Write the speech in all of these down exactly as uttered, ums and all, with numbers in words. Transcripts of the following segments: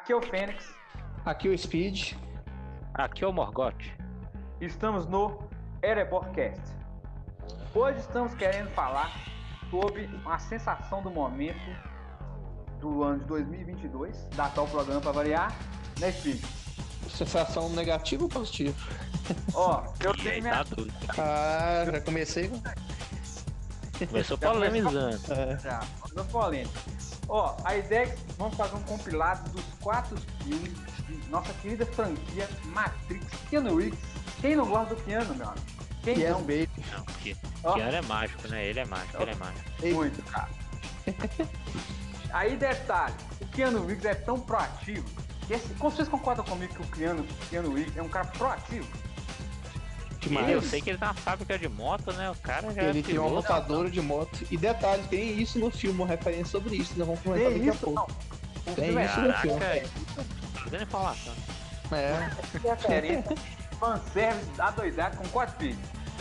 Aqui é o Fênix. Aqui é o Speed. Aqui é o Morgoth. Estamos no Ereborcast. Hoje estamos querendo falar sobre uma sensação do momento do ano de dois mil e vinte e dois, datar o programa para variar, né, Speed? Sensação negativa ou positiva? Ó, eu E tenho aí, minha... tá tudo. Ah, já comecei com... Começou Já polemizando. É. Já, vamos polêmica. Ó, a ideia é que vamos fazer um compilado dos quatro filmes de nossa querida franquia Matrix, Keanu Reeves. Quem não gosta do Keanu, meu amigo? Quem Yes, não? baby. Não, porque Ó. Keanu é mágico, né? Ele é mágico, ele é mágico. Muito, cara. Aí, detalhe, o Keanu Reeves é tão proativo que esse, vocês concordam comigo que o Keanu, Keanu Reeves é um cara proativo? Demais. Ele, eu sei que ele tá na fábrica de moto, né? O cara já Ele é tem uma piloto. montadora de moto. E detalhe, tem isso no filme, uma referência sobre isso. Nós vamos comentar Tem daqui a isso, pouco. não. O Tem filme isso é no Caraca, filme. é. Fazendo informação. É, referência, fanservice adoidado com quatro filhos.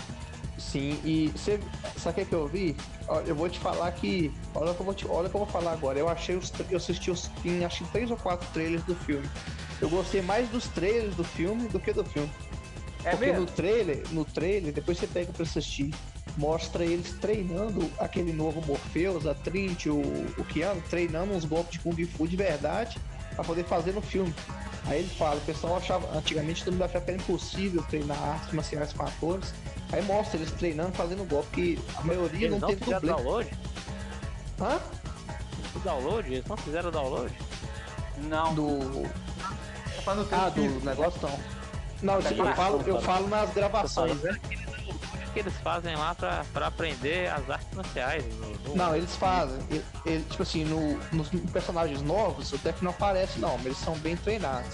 sim. E você sabe o que eu vi? Olha, eu vou te falar que. Olha o que eu vou, te, olha o que eu vou falar agora. Eu achei os. Eu assisti os. Tem, acho que três ou quatro trailers do filme. Eu gostei mais dos trailers do filme do que do filme. É Porque mesmo? no trailer, no trailer, depois você pega pra assistir, mostra eles treinando aquele novo Morpheus, a Trinity, o, o Keanu, treinando uns golpes de Kung Fu de verdade pra poder fazer no filme. Aí ele fala, o pessoal achava, antigamente todo mundo achava que era impossível treinar artes marciais com atores. Aí mostra eles treinando, fazendo golpe, que a maioria Eles não não teve fizeram dublê. download? Hã? O download? Eles não fizeram download? Não. Do. Tá falando do Ah, filme. do negócio não. Não, eu, Tá falo, eu falo nas gravações, né? O que eles fazem lá pra, pra aprender as artes marciais? No, no... Não, eles fazem. Ele, ele, tipo assim, no, nos personagens novos, até que não aparece, não, mas eles são bem treinados.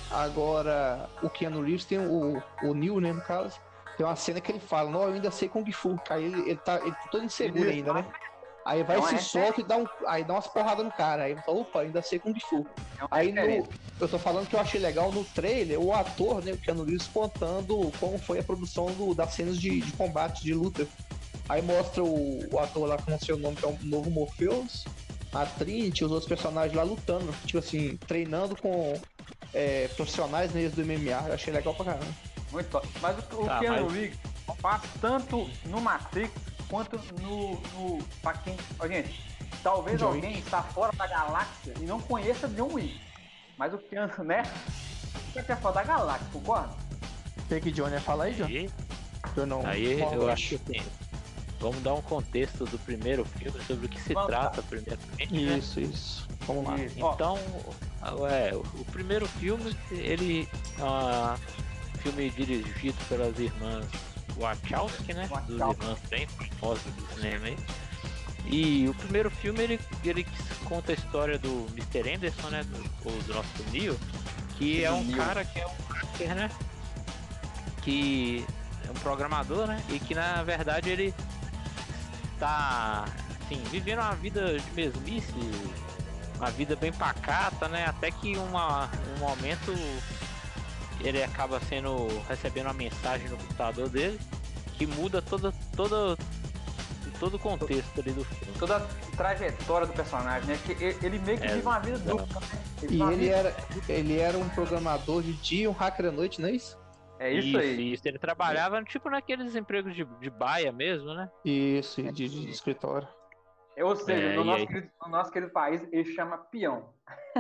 Agora, o Keanu Reeves tem o, o Neo, né, no caso, tem uma cena que ele fala, não, eu ainda sei Kung Fu. Aí ele, ele, tá, ele tá todo inseguro ainda, né? Aí vai, Então se é solta e dá, um, aí dá umas porradas no cara. Aí ele fala, opa, ainda sei Kung Fu. É uma Aí no, referência. eu tô falando que eu achei legal no trailer, o ator, né, o Keanu Reeves, contando como foi a produção do, das cenas de, de combate, de luta. Aí mostra o, o ator lá com o seu nome, que é o novo Morpheus, a Trinity, os outros personagens lá lutando, tipo assim, treinando com é, profissionais mesmo do M M A. Eu achei legal pra caramba. Muito top. Mas o, o Tá, Keanu mas- Reeves faz tanto no Matrix quanto no. no pra quem. Ó, gente, talvez John alguém está fora da galáxia e não conheça John Wick. Mas o Keanu, né? Você é fora da galáxia, concorda? Tem que Johnny ia falar aí, John? Aí, Eu não. aí eu não- acho que assim, vamos dar um contexto do primeiro filme sobre o que se Vamos trata primeiramente, né? Isso, isso. Vamos lá. Isso. Ó, Então, é, o primeiro filme, ele é um filme dirigido pelas irmãs Wachowski, né? Dos Wachowski. irmãs bem famosas do cinema aí. E o primeiro filme, ele, ele conta a história do mister Anderson, né? Do, do nosso Neo, que é um Neo. cara que é um hacker, né? Que é um programador, né? E que na verdade ele tá, assim, vivendo uma vida de mesmice, uma vida bem pacata, né? Até que uma, um momento ele acaba sendo recebendo uma mensagem no computador dele que muda toda toda todo o contexto ali do filme. toda a trajetória do personagem, né? Que ele, ele meio que É, vive uma vida é. dupla, né? E vive uma ele vida- era, ele era um programador de dia e um hacker à noite, não é isso? É isso, aí. Isso. Ele trabalhava tipo naqueles empregos de, de baia mesmo, né? Isso, e de, de escritório. É, Ou seja, É, no, e nosso aí? querido, no nosso querido país, ele chama peão.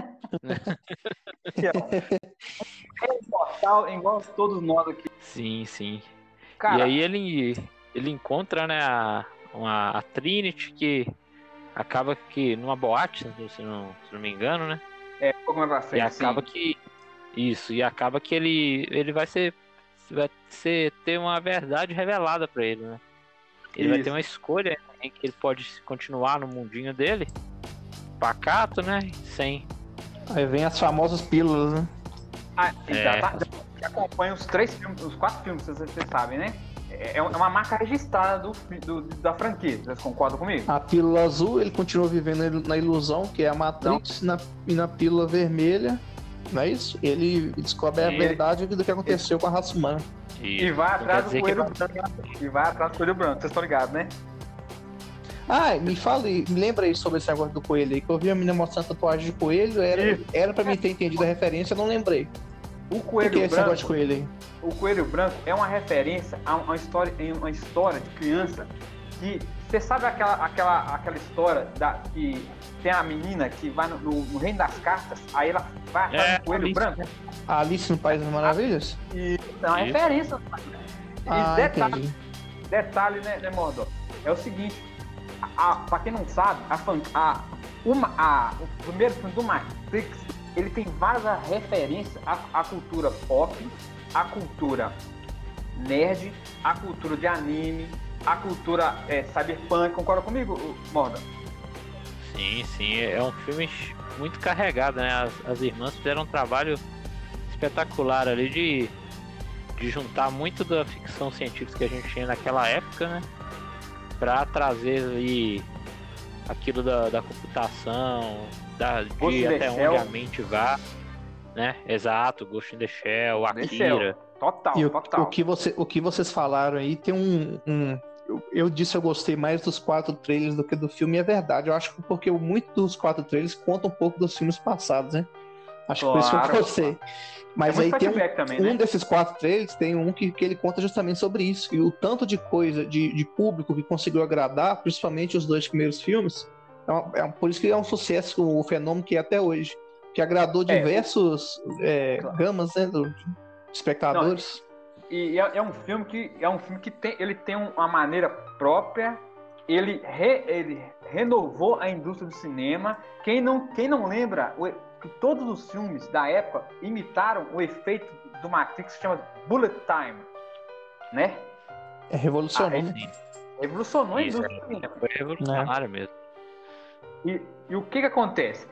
Peão. É imortal, igual todos nós aqui. Sim, sim. Cara, E aí ele, ele encontra, né, a, uma, a Trinity, que acaba que numa boate, se não, se não me engano, né? é, como é pra E frente, acaba sim. que. Isso, e acaba que ele, ele vai ser. Vai ser, ter uma verdade revelada pra ele, né? Ele vai Isso. ter uma escolha em que ele pode continuar no mundinho dele, pacato, né? Sem. Aí vem as famosas pílulas, né? Ah, É. já, tá, já acompanha os três filmes, os quatro filmes, vocês, vocês sabem, né? É, é uma marca registrada do, fi- do- da franquia, vocês concordam comigo? A pílula azul, ele continua vivendo na ilusão, que é a Matrix, na, e na pílula vermelha, não é isso? Ele descobre a E- verdade do que aconteceu com a raça humana. E vai Não atrás quer do dizer que coelho vai- branco. E vai atrás do coelho branco, vocês estão ligados, né? Ah, me fala, aí, me lembra aí sobre esse negócio do coelho aí, que eu vi a menina mostrando tatuagem de coelho, era, era pra mim ter entendido a referência, eu não lembrei. O O que, coelho que é esse branco, negócio de coelho aí? o coelho branco é uma referência a uma história, em uma história de criança que você sabe aquela, aquela, aquela história da, que tem a menina que vai no, no, no reino das cartas, aí ela vai atrás É, do coelho Alice. branco. A Alice no País das Maravilhas? E é uma Isso. referência. E Ah, detalhe, entendi. detalhe, né, né, Mordor? É o seguinte, a, a, pra quem não sabe, a, fan- a, uma, a, o primeiro filme do Matrix, ele tem várias referências à, à cultura pop, à cultura nerd, à cultura de anime, à cultura é, cyberpunk. Concorda comigo, Mordor? Sim, sim, é um filme muito carregado, né? As, as irmãs fizeram um trabalho espetacular ali de, de juntar muito da ficção científica que a gente tinha naquela época, né? Pra trazer ali aquilo da, da computação, da, Ghost de in the até Shell. onde a mente vai, né? Exato, Ghost in the Shell, Akira. Total, E o, total. o, que você, o que vocês falaram aí tem um. um- eu, eu disse eu gostei mais dos quatro trailers do que do filme, e é verdade. Eu acho que porque muito dos quatro trailers conta um pouco dos filmes passados, né? Acho que por isso que eu Claro. gostei. Mas é aí muito tem um, flashback também, um né? desses quatro trailers, tem um que, que ele conta justamente sobre isso. E o tanto de coisa, de, de público que conseguiu agradar, principalmente os dois primeiros filmes, é, uma- é um- por isso que é um sucesso, o fenômeno que é até hoje. Que agradou É, diversos é, Claro. gamas, né, do- de espectadores. E é, é um filme que é um filme que tem, ele tem uma maneira própria. Ele, re- ele renovou a indústria do cinema. Quem não, quem não lembra o- que todos os filmes da época imitaram o efeito do Matrix, que se chama Bullet Time, né? É revolucionou, Ah, né? Sim, Revolucionou a isso indústria do cinema. foi revolucionário mesmo. E, e o que que acontece?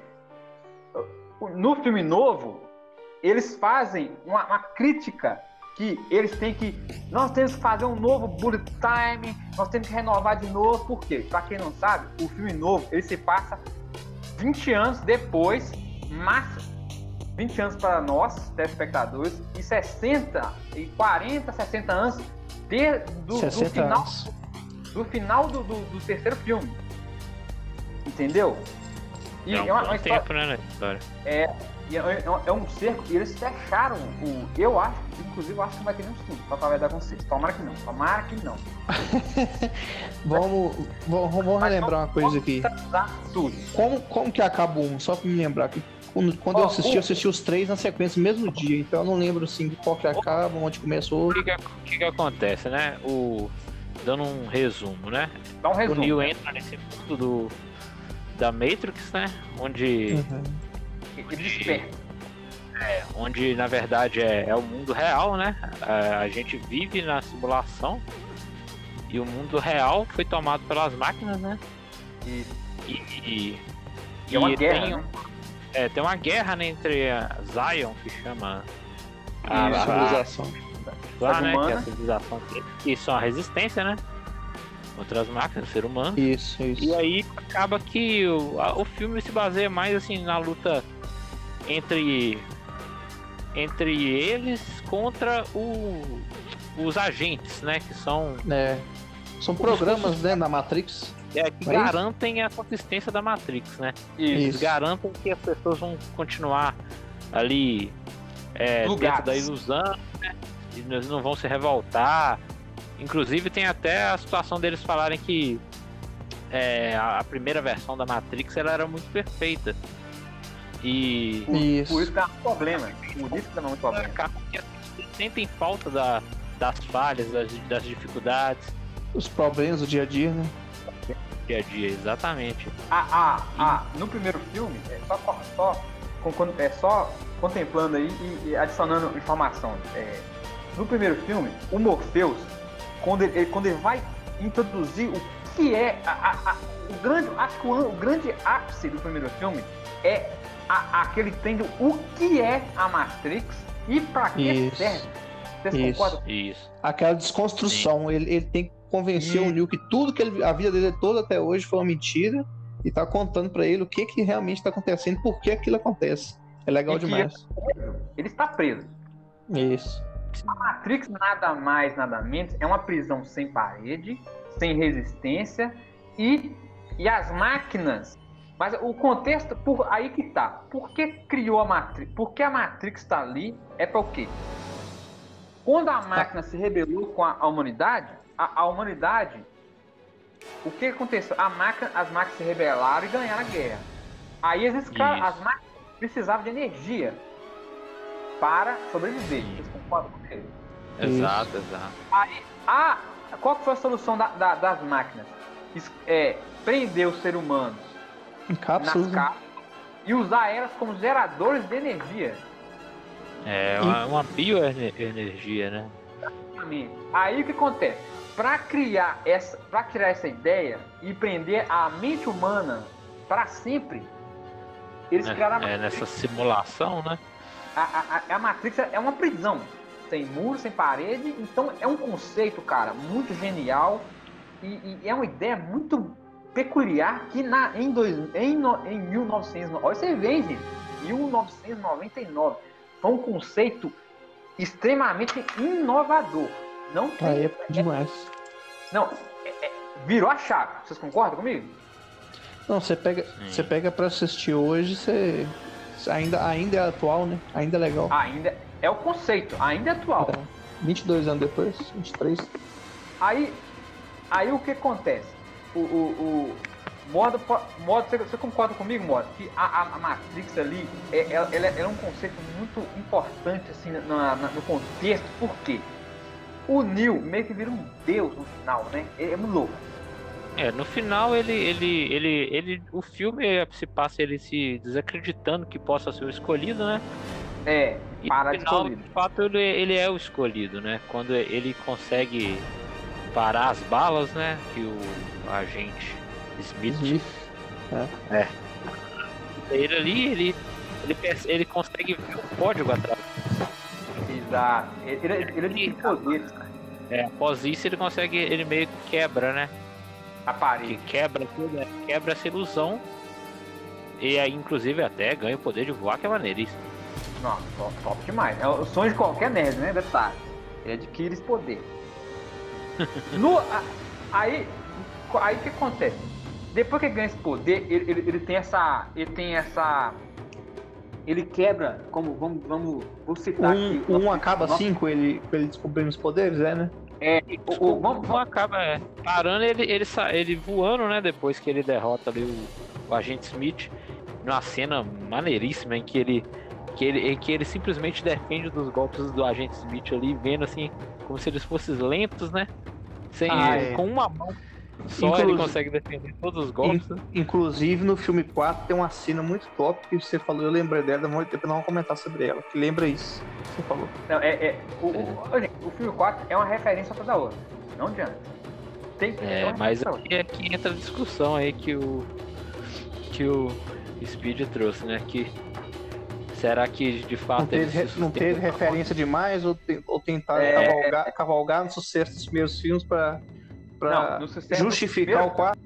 No filme novo, eles fazem uma, uma crítica que eles têm que... Nós temos que fazer um novo Bullet Time, nós temos que renovar de novo. Por quê? Pra quem não sabe, o filme novo, ele se passa vinte anos depois, mas vinte anos para nós, telespectadores, e sessenta, e quarenta, sessenta anos de, do, do sessenta final, anos. do, final do, do, do terceiro filme. Entendeu? E É um é uma, bom uma história... tempo, né, na história. É, e é, é um- é um cerco, e eles fecharam o. Eu acho, inclusive, eu acho que não vai ter nenhum cinco, pra falar a verdade com vocês. Tomara que não, tomara que não. Vamos, vamos, vamos Mas relembrar uma coisa aqui. Transar tudo. Como, como que acaba um? Só pra me lembrar. Que quando quando eu Ó, assisti, o- eu assisti os três na sequência, no mesmo dia. Então eu não lembro assim de qual que acaba, onde começou. O que, que, o que que acontece, né? O, dando um resumo, né? Dá um O resumo. Neo né? entra nesse mundo do, da Matrix, né? Onde, Uhum. Ele desperta. onde na verdade é, é o mundo real, né? A, a gente vive na simulação e o mundo real foi tomado pelas máquinas, né? E, E, e, e é uma e guerra. tem, né? é, tem uma guerra, né, entre a Zion, que chama a, Isso, a, Civilização. lá, As né? Que é a humanas. civilização que são a resistência, né? Contra as máquinas, o ser humano. Isso, isso. E aí acaba que o, a- o filme se baseia mais assim na luta entre entre eles contra o, os agentes, né? Que são É. São programas, né, na Matrix. é, que Não é isso? garantem a consistência da Matrix, né? Isso. Eles Isso. garantem que as pessoas vão continuar ali é, Lugares. dentro da ilusão, né? E eles não vão se revoltar. Inclusive tem até a situação deles falarem que é, a a primeira versão da Matrix ela era muito perfeita. E Por, Isso. por isso que dá muito problema. Por isso que dá muito problema. acaba que eles sentem falta da- das falhas, das, das dificuldades Os problemas do dia a dia, né? do dia a dia, exatamente. Ah, ah, ah, no primeiro filme, é só, só, com- com- é só contemplando aí e, e adicionando informação. É, no primeiro filme, o Morpheus, quando ele, ele- quando ele vai introduzir o que é a, a- a- o grande, acho que o, o grande ápice do primeiro filme é a, aquele tendo o que é a Matrix e para que Isso. serve. Vocês Isso. concordam? Isso. Aquela desconstrução. Ele, ele tem que convencer Isso. o Neo que tudo que ele, a vida dele toda até hoje foi uma mentira e tá contando pra ele o que que realmente tá acontecendo, por que aquilo acontece. É legal E que demais. Ele está preso. Isso. Matrix nada mais, nada menos, é uma prisão sem parede, sem resistência e E as máquinas... Mas o contexto, por aí que tá. Por que criou a Matrix? Por que a Matrix tá ali? É para o quê? Quando a máquina se rebelou com a, a humanidade, a, a humanidade... O que aconteceu? A máquina, as máquinas se rebelaram e ganharam a guerra. Aí esses caras, as máquinas precisavam de energia para sobreviver. Vocês concordam com ele? Exato, exato. Aí, a, qual que foi a solução da, da, das máquinas? É, prender os seres humanos em cápsulas, nas cápsulas e usar elas como geradores de energia. É uma, uma bioenergia, né? Exatamente. Aí o que acontece? Para criar essa, para criar essa ideia e prender a mente humana para sempre, eles É, criaram a é Matrix. nessa simulação, né? A, a, a Matrix é uma prisão, sem muro, sem parede. Então é um conceito, cara, muito genial e, e é uma ideia muito peculiar que na, em, dois, em, no, em mil e novecentos... Olha, você vê, gente, mil novecentos e noventa e nove. Foi um conceito extremamente inovador. Não tem... Aí é demais. Não, é, é, virou a chave. Vocês concordam comigo? Não, você pega, você pega pra assistir hoje, você... Ainda, ainda é atual, né? Ainda é legal. Ainda é o conceito, ainda é atual. É, vinte e dois anos depois, vinte e três. Aí, aí o que acontece? O, o, o modo, modo você, você concorda comigo, modo que a, a, a Matrix ali é, ela, ela é um conceito muito importante assim na, na, no contexto. Por quê? O Neo meio que vira um deus no final, né? É, é muito louco. É, no final ele, ele, ele, ele, o filme se passa ele se desacreditando que possa ser o escolhido, né? É, e para no de final, escolhido. de fato, ele, ele é o escolhido, né? Quando ele consegue parar as balas, né? Que o agente Smith, Smith. É. é. Ele ali, ele, ele, ele consegue ver o código atrás. Exato. Ele, ele, ele adquire poderes. É, após isso ele consegue, ele meio que quebra, né? A parede. Que quebra tudo, né? Quebra essa ilusão. E aí, inclusive, até ganha o poder de voar, que é maneiríssimo. Nossa, top, top demais. É o sonho de qualquer nerd, né? Detalhe. Ele adquire esse poder. no, a, aí, aí o que acontece? Depois que ele ganha esse poder, ele, ele, ele tem essa. Ele tem essa. Ele quebra, como vamos, vamos, vou citar Um, aqui. um nosso- acaba nosso- assim com ele, com ele descobrindo os poderes, é, né? É, o, o, vamos, Não acaba é, parando ele, ele, sa- ele voando, né? Depois que ele derrota ali o, o agente Smith, numa cena maneiríssima em que ele, que ele, em que ele simplesmente defende dos golpes do agente Smith ali, vendo assim, como se eles fossem lentos, né? Sem, Ah, é. com uma mão só Inclusive- ele consegue defender todos os golpes. né? Inclusive no filme quatro tem uma cena muito top que você falou, eu lembrei dela, depois nós vamos comentar sobre ela, que lembra isso que você falou. Não, é, é, o, o, ô, gente, o filme quatro é uma referência a toda outra. Não adianta. Tem que É, uma mas referência a outra. aqui, aqui entra a discussão aí que o que o Speed trouxe, né? Que será que de fato Não teve, ele se re- não teve sustenta? referência demais ou, te- ou tentar É. cavalgar, cavalgar no sucesso dos primeiros filmes pra, pra Não, no sucesso do justificar primeiro- o quarto?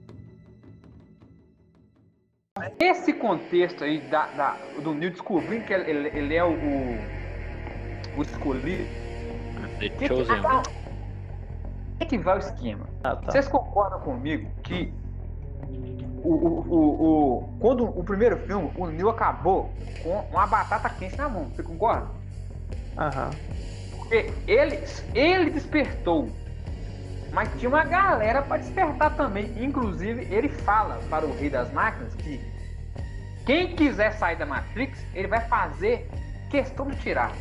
Esse contexto aí da, da- do Neo descobrindo que ele, ele- ele é o, o, o escolhido. The Que que, Chosen ah, One. que que vai o esquema? Ah, tá. Vocês concordam comigo que o, o, o, o- quando o primeiro filme, o Neo acabou com uma batata quente na mão? Você concorda? Aham. Porque ele, ele despertou, mas tinha uma galera para despertar também. Inclusive, ele fala para o Rei das Máquinas que quem quiser sair da Matrix, ele vai fazer questão de tirar.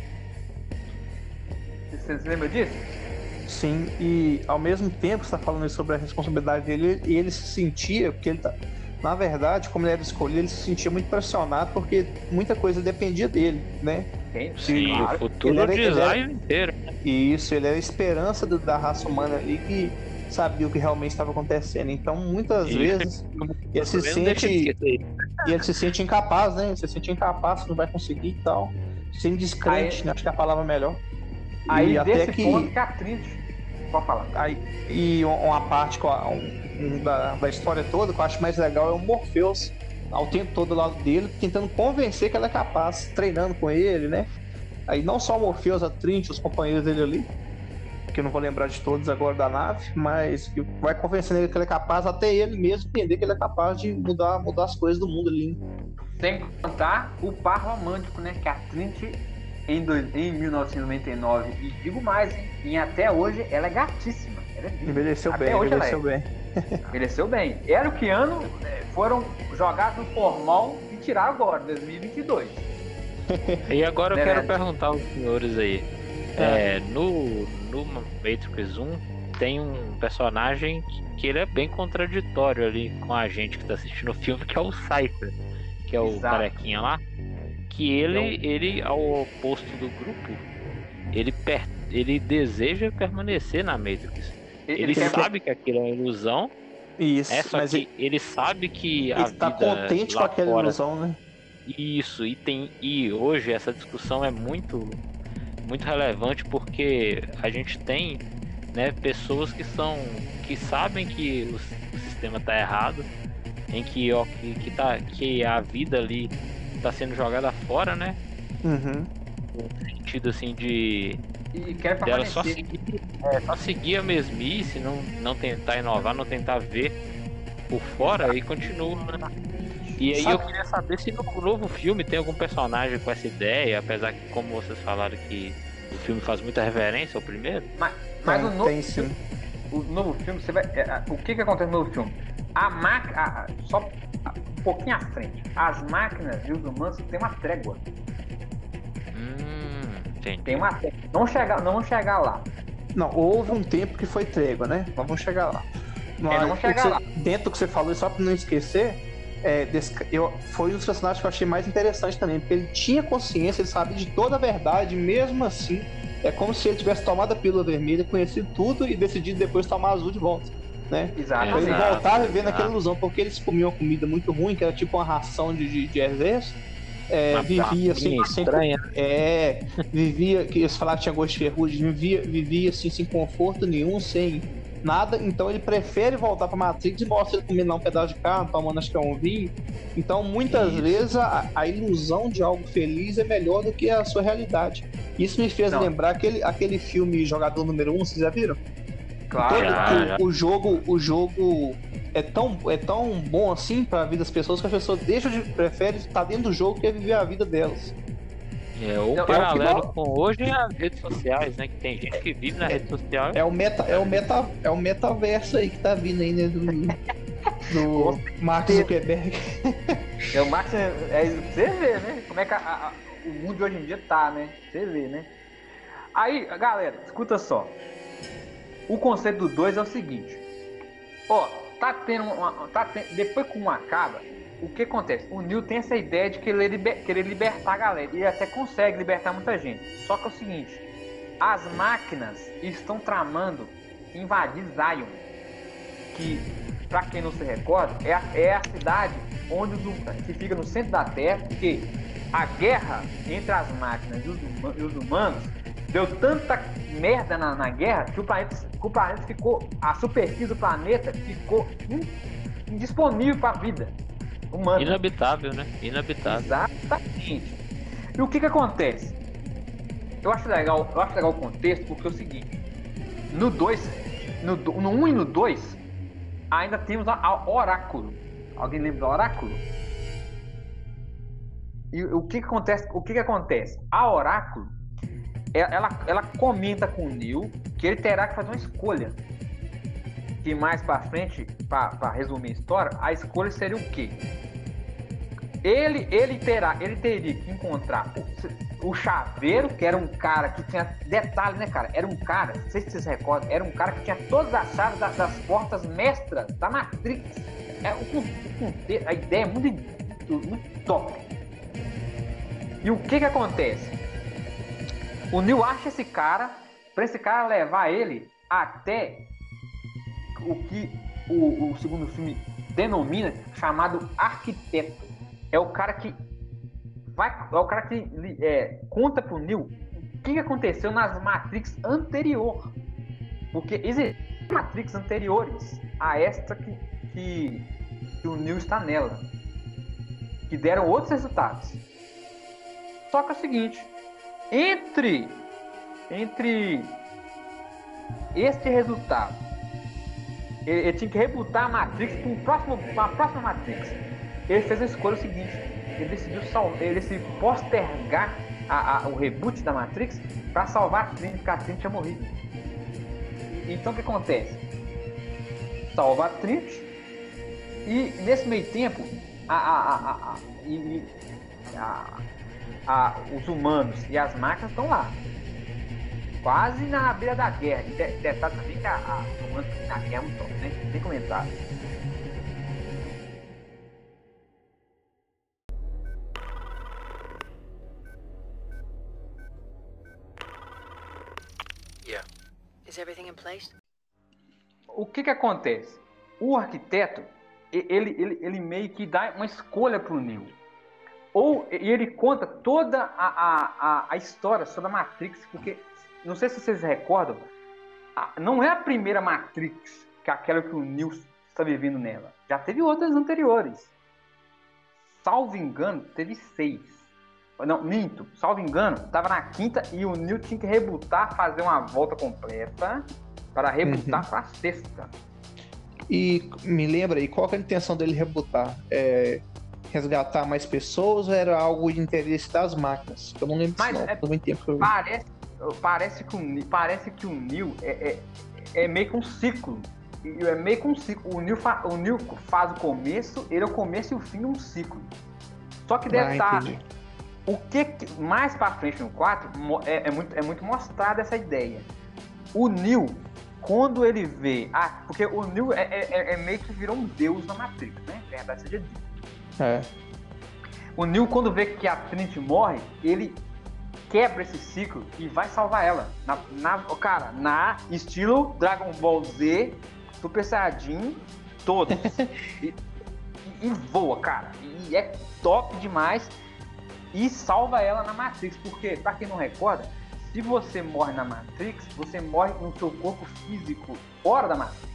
Você se lembra disso? Sim, e ao mesmo tempo que você está falando isso sobre a responsabilidade dele, ele, ele se sentia, porque ele tá, na verdade, como ele era escolhido, ele se sentia muito pressionado porque muita coisa dependia dele, né? Tem, Sim, claro. o futuro Ele era- ele design inteiro. né? E isso, ele era a esperança do- da raça humana ali que sabia o que realmente estava acontecendo. Então, muitas Isso. vezes, ele se Não deixa de sente esquecer. e ele se sente incapaz, né? Ele se sente incapaz, não vai conseguir e tal. Se sente descrente, Aí- né? Acho que é a palavra melhor. Aí e até desse que ponto que a Trinity pode falar. aí, e uma parte que eu- um- um da, da história toda que eu acho mais legal é o Morpheus ao tempo todo do lado dele, tentando convencer que ela é capaz, treinando com ele, né? Aí não só o Morpheus, a Trinity, os companheiros dele ali. que eu não vou lembrar de todos agora da nave, mas que vai convencendo ele que ele é capaz, até ele mesmo entender que ele é capaz de mudar, mudar as coisas do mundo ali. Sem contar o par romântico, né? Que a Trinity em, dois, em mil novecentos e noventa e nove, e digo mais, hein? E até hoje ela é gatíssima. Ela é linda. Envelheceu até bem, hoje envelheceu ela é. bem. Envelheceu bem. Era o Keanu, foram jogados no formol e tiraram agora, dois mil e vinte e dois. E agora eu Né, quero né? perguntar aos senhores aí. É, no, no Matrix um tem um personagem que, que ele é bem contraditório ali com a gente que tá assistindo o filme, que é o Cypher, que é o Exato. carequinha lá. Que ele, ele, ao oposto do grupo, ele, per, ele deseja permanecer na Matrix. Ele, Ele quer- sabe que aquilo é uma ilusão, Isso, é só mas que ele, ele sabe que a ele tá vida contente com lá aquela fora... ilusão, né? Isso, e tem e hoje essa discussão é muito muito relevante porque a gente tem, né, pessoas que são que sabem que o, o sistema tá errado, em que ó, que, que tá que a vida ali tá sendo jogada fora, né? Uhum. No sentido assim de E quer dela só permanecer. seguir, é, só seguir a mesmice, não não tentar inovar, não tentar ver por fora e continua, né? E aí Sabe- eu queria saber se no novo filme tem algum personagem com essa ideia, apesar que, como vocês falaram, que o filme faz muita reverência ao primeiro. Mas, mas Tem, o, novo, tem sim. o novo filme, você vai. é, o que que acontece no novo filme? A máquina. Só um pouquinho à frente. As máquinas e os humanos têm uma trégua. Hum, entendi. Tem uma trégua. Não chegar, não vão chegar lá. Não, houve um tempo que foi trégua, né? Mas vamos chegar lá. Mas vamos o chegar que você- lá. Dentro do que você falou, e só pra não esquecer, é, desse- eu, foi um dos personagens que eu achei mais interessante também, porque ele tinha consciência, ele sabia de toda a verdade, mesmo assim, é como se ele tivesse tomado a pílula vermelha, conhecido tudo e decidido depois tomar a azul de volta, né? Pra Exatamente. ele Exato, voltar a viver exato. naquela ilusão, porque eles comiam uma comida muito ruim, que era tipo uma ração de, de, de exército, é, Uma vivia assim, papinha sem, estranha. é, vivia, que eles falavam que tinha gosto de ferrugem, vivia, vivia assim, sem conforto nenhum, sem nada, então ele prefere voltar pra Matrix e mostra ele comendo lá um pedaço de carne, tomando acho que é um vinho. Então muitas Isso. vezes a, a ilusão de algo feliz é melhor do que a sua realidade. Isso me fez Não. lembrar aquele, aquele filme Jogador Número um, vocês já viram? Claro. Todo- Já, que já. o, o jogo, o jogo é tão, é tão bom assim pra vida das pessoas que as pessoas deixam de prefere estar dentro do jogo que viver a vida delas. É, ou Não, paralelo é o que com hoje é as redes sociais, né? Que tem gente que vive na rede social. É o meta, é o meta, é o metaverso aí que tá vindo aí, né, do, do Mark Zuckerberg. É o Max, é, é isso que você vê, né? Como é que a- a- o mundo de hoje em dia tá, né? Você vê, né? Aí, galera, escuta só. O conceito do dois é o seguinte. Ó, tá tendo uma. Tá ten- depois que um acaba, o que acontece? O Neo tem essa ideia de querer, liber- querer libertar a galera. E ele até consegue libertar muita gente. Só que é o seguinte: as máquinas estão tramando invadir Zion. Que, pra quem não se recorda, é a, é a cidade onde os, hum- que fica no centro da Terra, porque a guerra entre as máquinas e os, huma- e os humanos deu tanta merda na, na guerra que o planeta, que o planeta ficou, a superfície do planeta ficou in- indisponível para a vida humana. Inabitável, né? Inabitável. Exatamente. E o que que acontece? Eu acho legal, eu acho legal o contexto porque é o seguinte: no dois, no, do- no um e no dois, ainda temos a, a Oráculo. Alguém lembra do Oráculo? E o que que acontece? O que que acontece? A Oráculo, ela, ela, ela comenta com o Neo que ele terá que fazer uma escolha. Que mais pra frente, para resumir a história, a escolha seria o quê? Ele, ele, terá, ele teria que encontrar o, o Chaveiro, que era um cara que tinha detalhe, né, cara? Era um cara, não sei se vocês recordam, era um cara que tinha todas as chaves das, das portas mestras da Matrix. É, o, o contexto, a ideia é muito, muito, muito top. E o que que acontece? O Neo acha esse cara, pra esse cara levar ele até o que o, o segundo filme denomina chamado arquiteto. É o cara que vai, é o cara que é, conta pro Neo o que aconteceu nas Matrix anterior, porque existem Matrix anteriores a esta que, que, que o Neo está nela, que deram outros resultados. Só que é o seguinte: entre entre este resultado, ele, ele tinha que rebootar a Matrix para um próximo, uma próxima Matrix. Ele fez a escolha seguinte: ele decidiu salvar, ele decidiu postergar a, a, o reboot da Matrix para salvar a Trinity, porque a Trinity tinha morrido. Então o que acontece? Salva a Trinity e nesse meio tempo a, a, a, a, e, a, a, os humanos e as máquinas estão lá, quase na beira da guerra. E detalhe também que a, a, os humanos na guerra é muito top, né? Sem comentário. Yeah. Is everything in place? O que que acontece? O arquiteto, ele, ele, ele meio que dá uma escolha pro Neo. Ou ele conta toda a, a, a, a história sobre a Matrix, porque, não sei se vocês recordam, a, não é a primeira Matrix, que é aquela que o Neo está vivendo nela. Já teve outras anteriores. Salvo engano, teve seis. Não, minto. Salvo engano, estava na quinta e o Neo tinha que rebootar, fazer uma volta completa para rebootar uhum. para a sexta. E me lembra aí, qual que é a intenção dele rebootar? É resgatar mais pessoas ou era algo de interesse das máquinas? Eu não lembro disso, não. É, não tempo que eu vi. Parece, parece, que o, parece que o Neo é, é, é meio que um ciclo. É meio que um ciclo. O Neo, fa, o Neo faz o começo, ele é o começo e o fim de um ciclo. Só que detalhe, ah, o que mais pra frente no quatro é, é, muito, é muito mostrada essa ideia. O Neo, quando ele vê... Ah, porque o Neo é, é, é meio que virou um deus na Matrix, né? Verdade seja dita. É. O Neo, quando vê que a Trinity morre, ele quebra esse ciclo e vai salvar ela. Na, na, cara, na estilo Dragon Ball Z, Super Saiyajin, todos. e, e, e voa, cara. E é top demais. E salva ela na Matrix. Porque, pra quem não recorda, se você morre na Matrix, você morre no seu corpo físico fora da Matrix.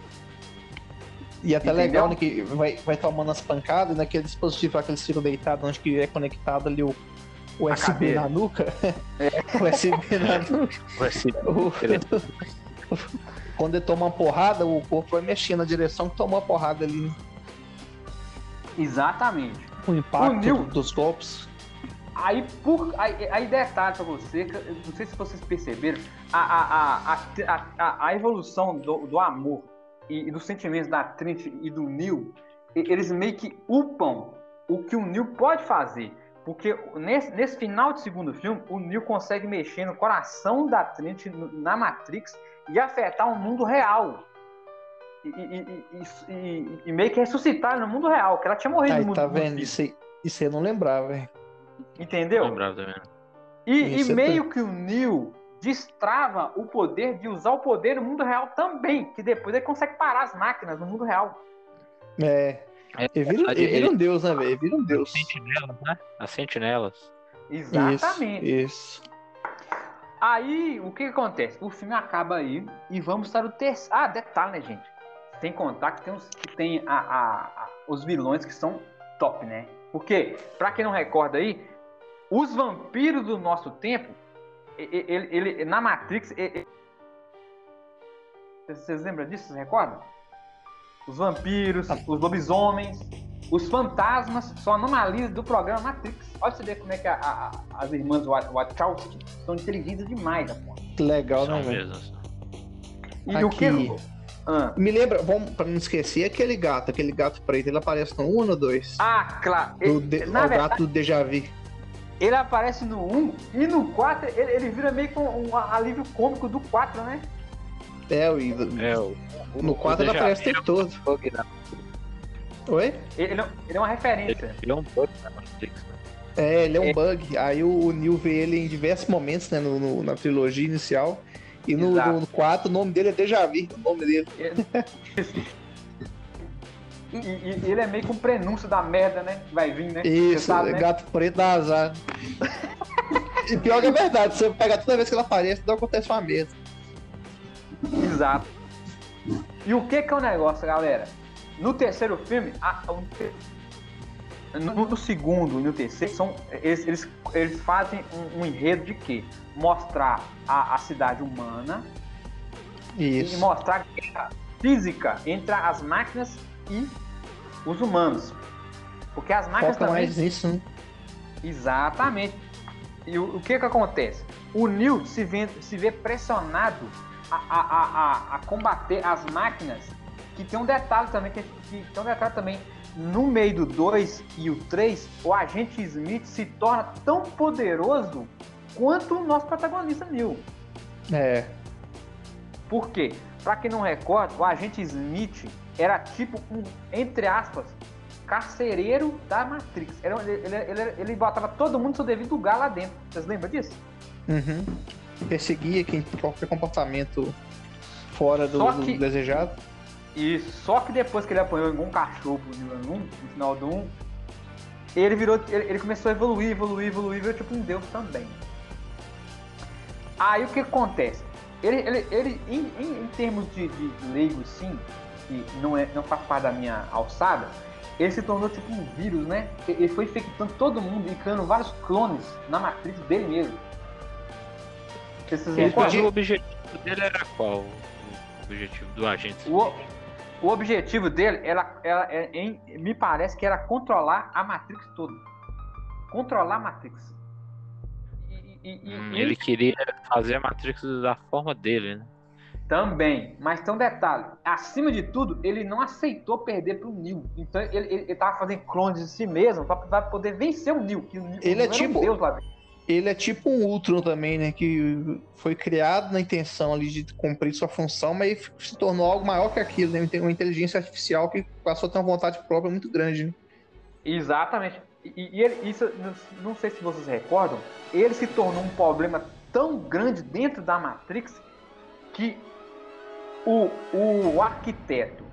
E até entendeu? Legal, né, que vai, vai tomando as pancadas naquele dispositivo lá que eles ficam deitados, onde que é conectado ali o U S B na nuca. É. U S B na nuca. U S B. O... Quando ele toma uma porrada, o corpo vai mexendo na direção que tomou a porrada ali. Exatamente. O impacto o Neo... dos golpes. Aí, por, aí, aí detalhe pra você, não sei se vocês perceberam, a, a, a, a, a evolução do, do amor e, e dos sentimentos da Trinity e do Neo, eles meio que upam o que o Neo pode fazer. Porque nesse, nesse final de segundo filme, o Neo consegue mexer no coração da Trinity na Matrix e afetar o mundo real. E, e, e, e, e meio que ressuscitar no mundo real, que ela tinha morrido aí, no mundo tá vendo? Isso aí, isso aí eu não lembrava, velho. Entendeu? Lembrava também. E, e meio que o Neo destrava o poder de usar o poder no mundo real também, que depois ele consegue parar as máquinas no mundo real. É. Ele vira, ele vira um deus, né, velho? Ele vira um deus. As sentinelas, né? As sentinelas. Exatamente. Isso, isso. Aí, o que, que acontece? O filme acaba aí e vamos para o terceiro. Ah, detalhe, né, gente? Sem contar que tem, os, que tem a, a, a, os vilões que são top, né? Porque, pra quem não recorda aí, os vampiros do nosso tempo, ele, ele, ele na Matrix, ele, vocês lembram disso? Vocês recordam? Os vampiros, ah. os lobisomens, os fantasmas são anomalias do programa Matrix. Olha você ver como é que a, a, as irmãs Wachowski são inteligentes demais, pô. Que legal, são né, velho? E aqui, o que... Ah. Me lembra, vamos, pra não esquecer, aquele gato, aquele gato preto, ele aparece no um ou no dois? Ah, claro. Ele, de, na o verdade, gato do Deja Vu. Ele aparece no um e no quatro ele, ele vira meio que um, um alívio cômico do quatro, né? É, o, é, o, no quatro ele aparece o tempo todo. Oi? Ele, ele, ele é uma referência. Ele é um bug na Matrix. É, ele é um é. bug. Aí o Neo vê ele em diversos momentos, né, no, no, na trilogia inicial. E no, no quatro o nome dele é Deja Vu, o nome dele. E, e, e ele é meio que um prenúncio da merda, né? Que vai vir, né? Isso, sabe, né? Gato preto dá azar. E pior que é verdade, você pega toda vez que ela aparece, não acontece uma merda. Exato. E o que que é o negócio, galera? No terceiro filme, a, a, no, no segundo e no terceiro, são, eles, eles, eles fazem um, um enredo de quê? Mostrar a, a cidade humana Isso. E mostrar a guerra física entre as máquinas e os humanos. Porque as máquinas Foca também... mais nisso, né? Exatamente. E o, o que que acontece? O Neo se vê, se vê pressionado a, a, a, a, a combater as máquinas, que tem um detalhe também, que, que tem um detalhe também, no meio do dois e o três, o agente Smith se torna tão poderoso quanto o nosso protagonista Neo. É. Por quê? Pra quem não recorda, o agente Smith era tipo um, entre aspas, carcereiro da Matrix. Era, ele, ele, ele, ele botava todo mundo no seu devido lugar lá dentro. Vocês lembram disso? Uhum. Perseguia quem qualquer comportamento fora do, Só do que- desejado. E só que depois que ele apanhou igual um cachorro no, um, no final do um, ele virou. Ele, ele começou a evoluir, evoluir, evoluir, virou tipo um deus também. Aí o que acontece? Ele, ele, ele em, em, em termos de, de leigo, sim, que não, é, não faz parte da minha alçada, ele se tornou tipo um vírus, né? Ele foi infectando todo mundo e criando vários clones na Matrix dele mesmo. Vocês Ele, recordam? mas o objetivo dele era qual? O objetivo do agente? O, o objetivo dele era, era, era em- me parece que era controlar a Matrix toda. Controlar a Matrix. E, e- e- Hum, e- ele queria fazer a Matrix da forma dele, né? Também, mas tem um detalhe. Acima de tudo, ele não aceitou perder pro Neo. Então ele, ele, ele tava fazendo clones de si mesmo pra, pra poder vencer o Neo. Que o Neo Ele é era um tipo- Deus lá dentro. Ele é tipo um Ultron também, né? Que foi criado na intenção ali de cumprir sua função, mas se tornou algo maior que aquilo, né? Uma inteligência artificial que passou a ter uma vontade própria muito grande, né? Exatamente. E, e ele, isso, não- não sei se vocês recordam, ele se tornou um problema tão grande dentro da Matrix que o, o, o arquiteto,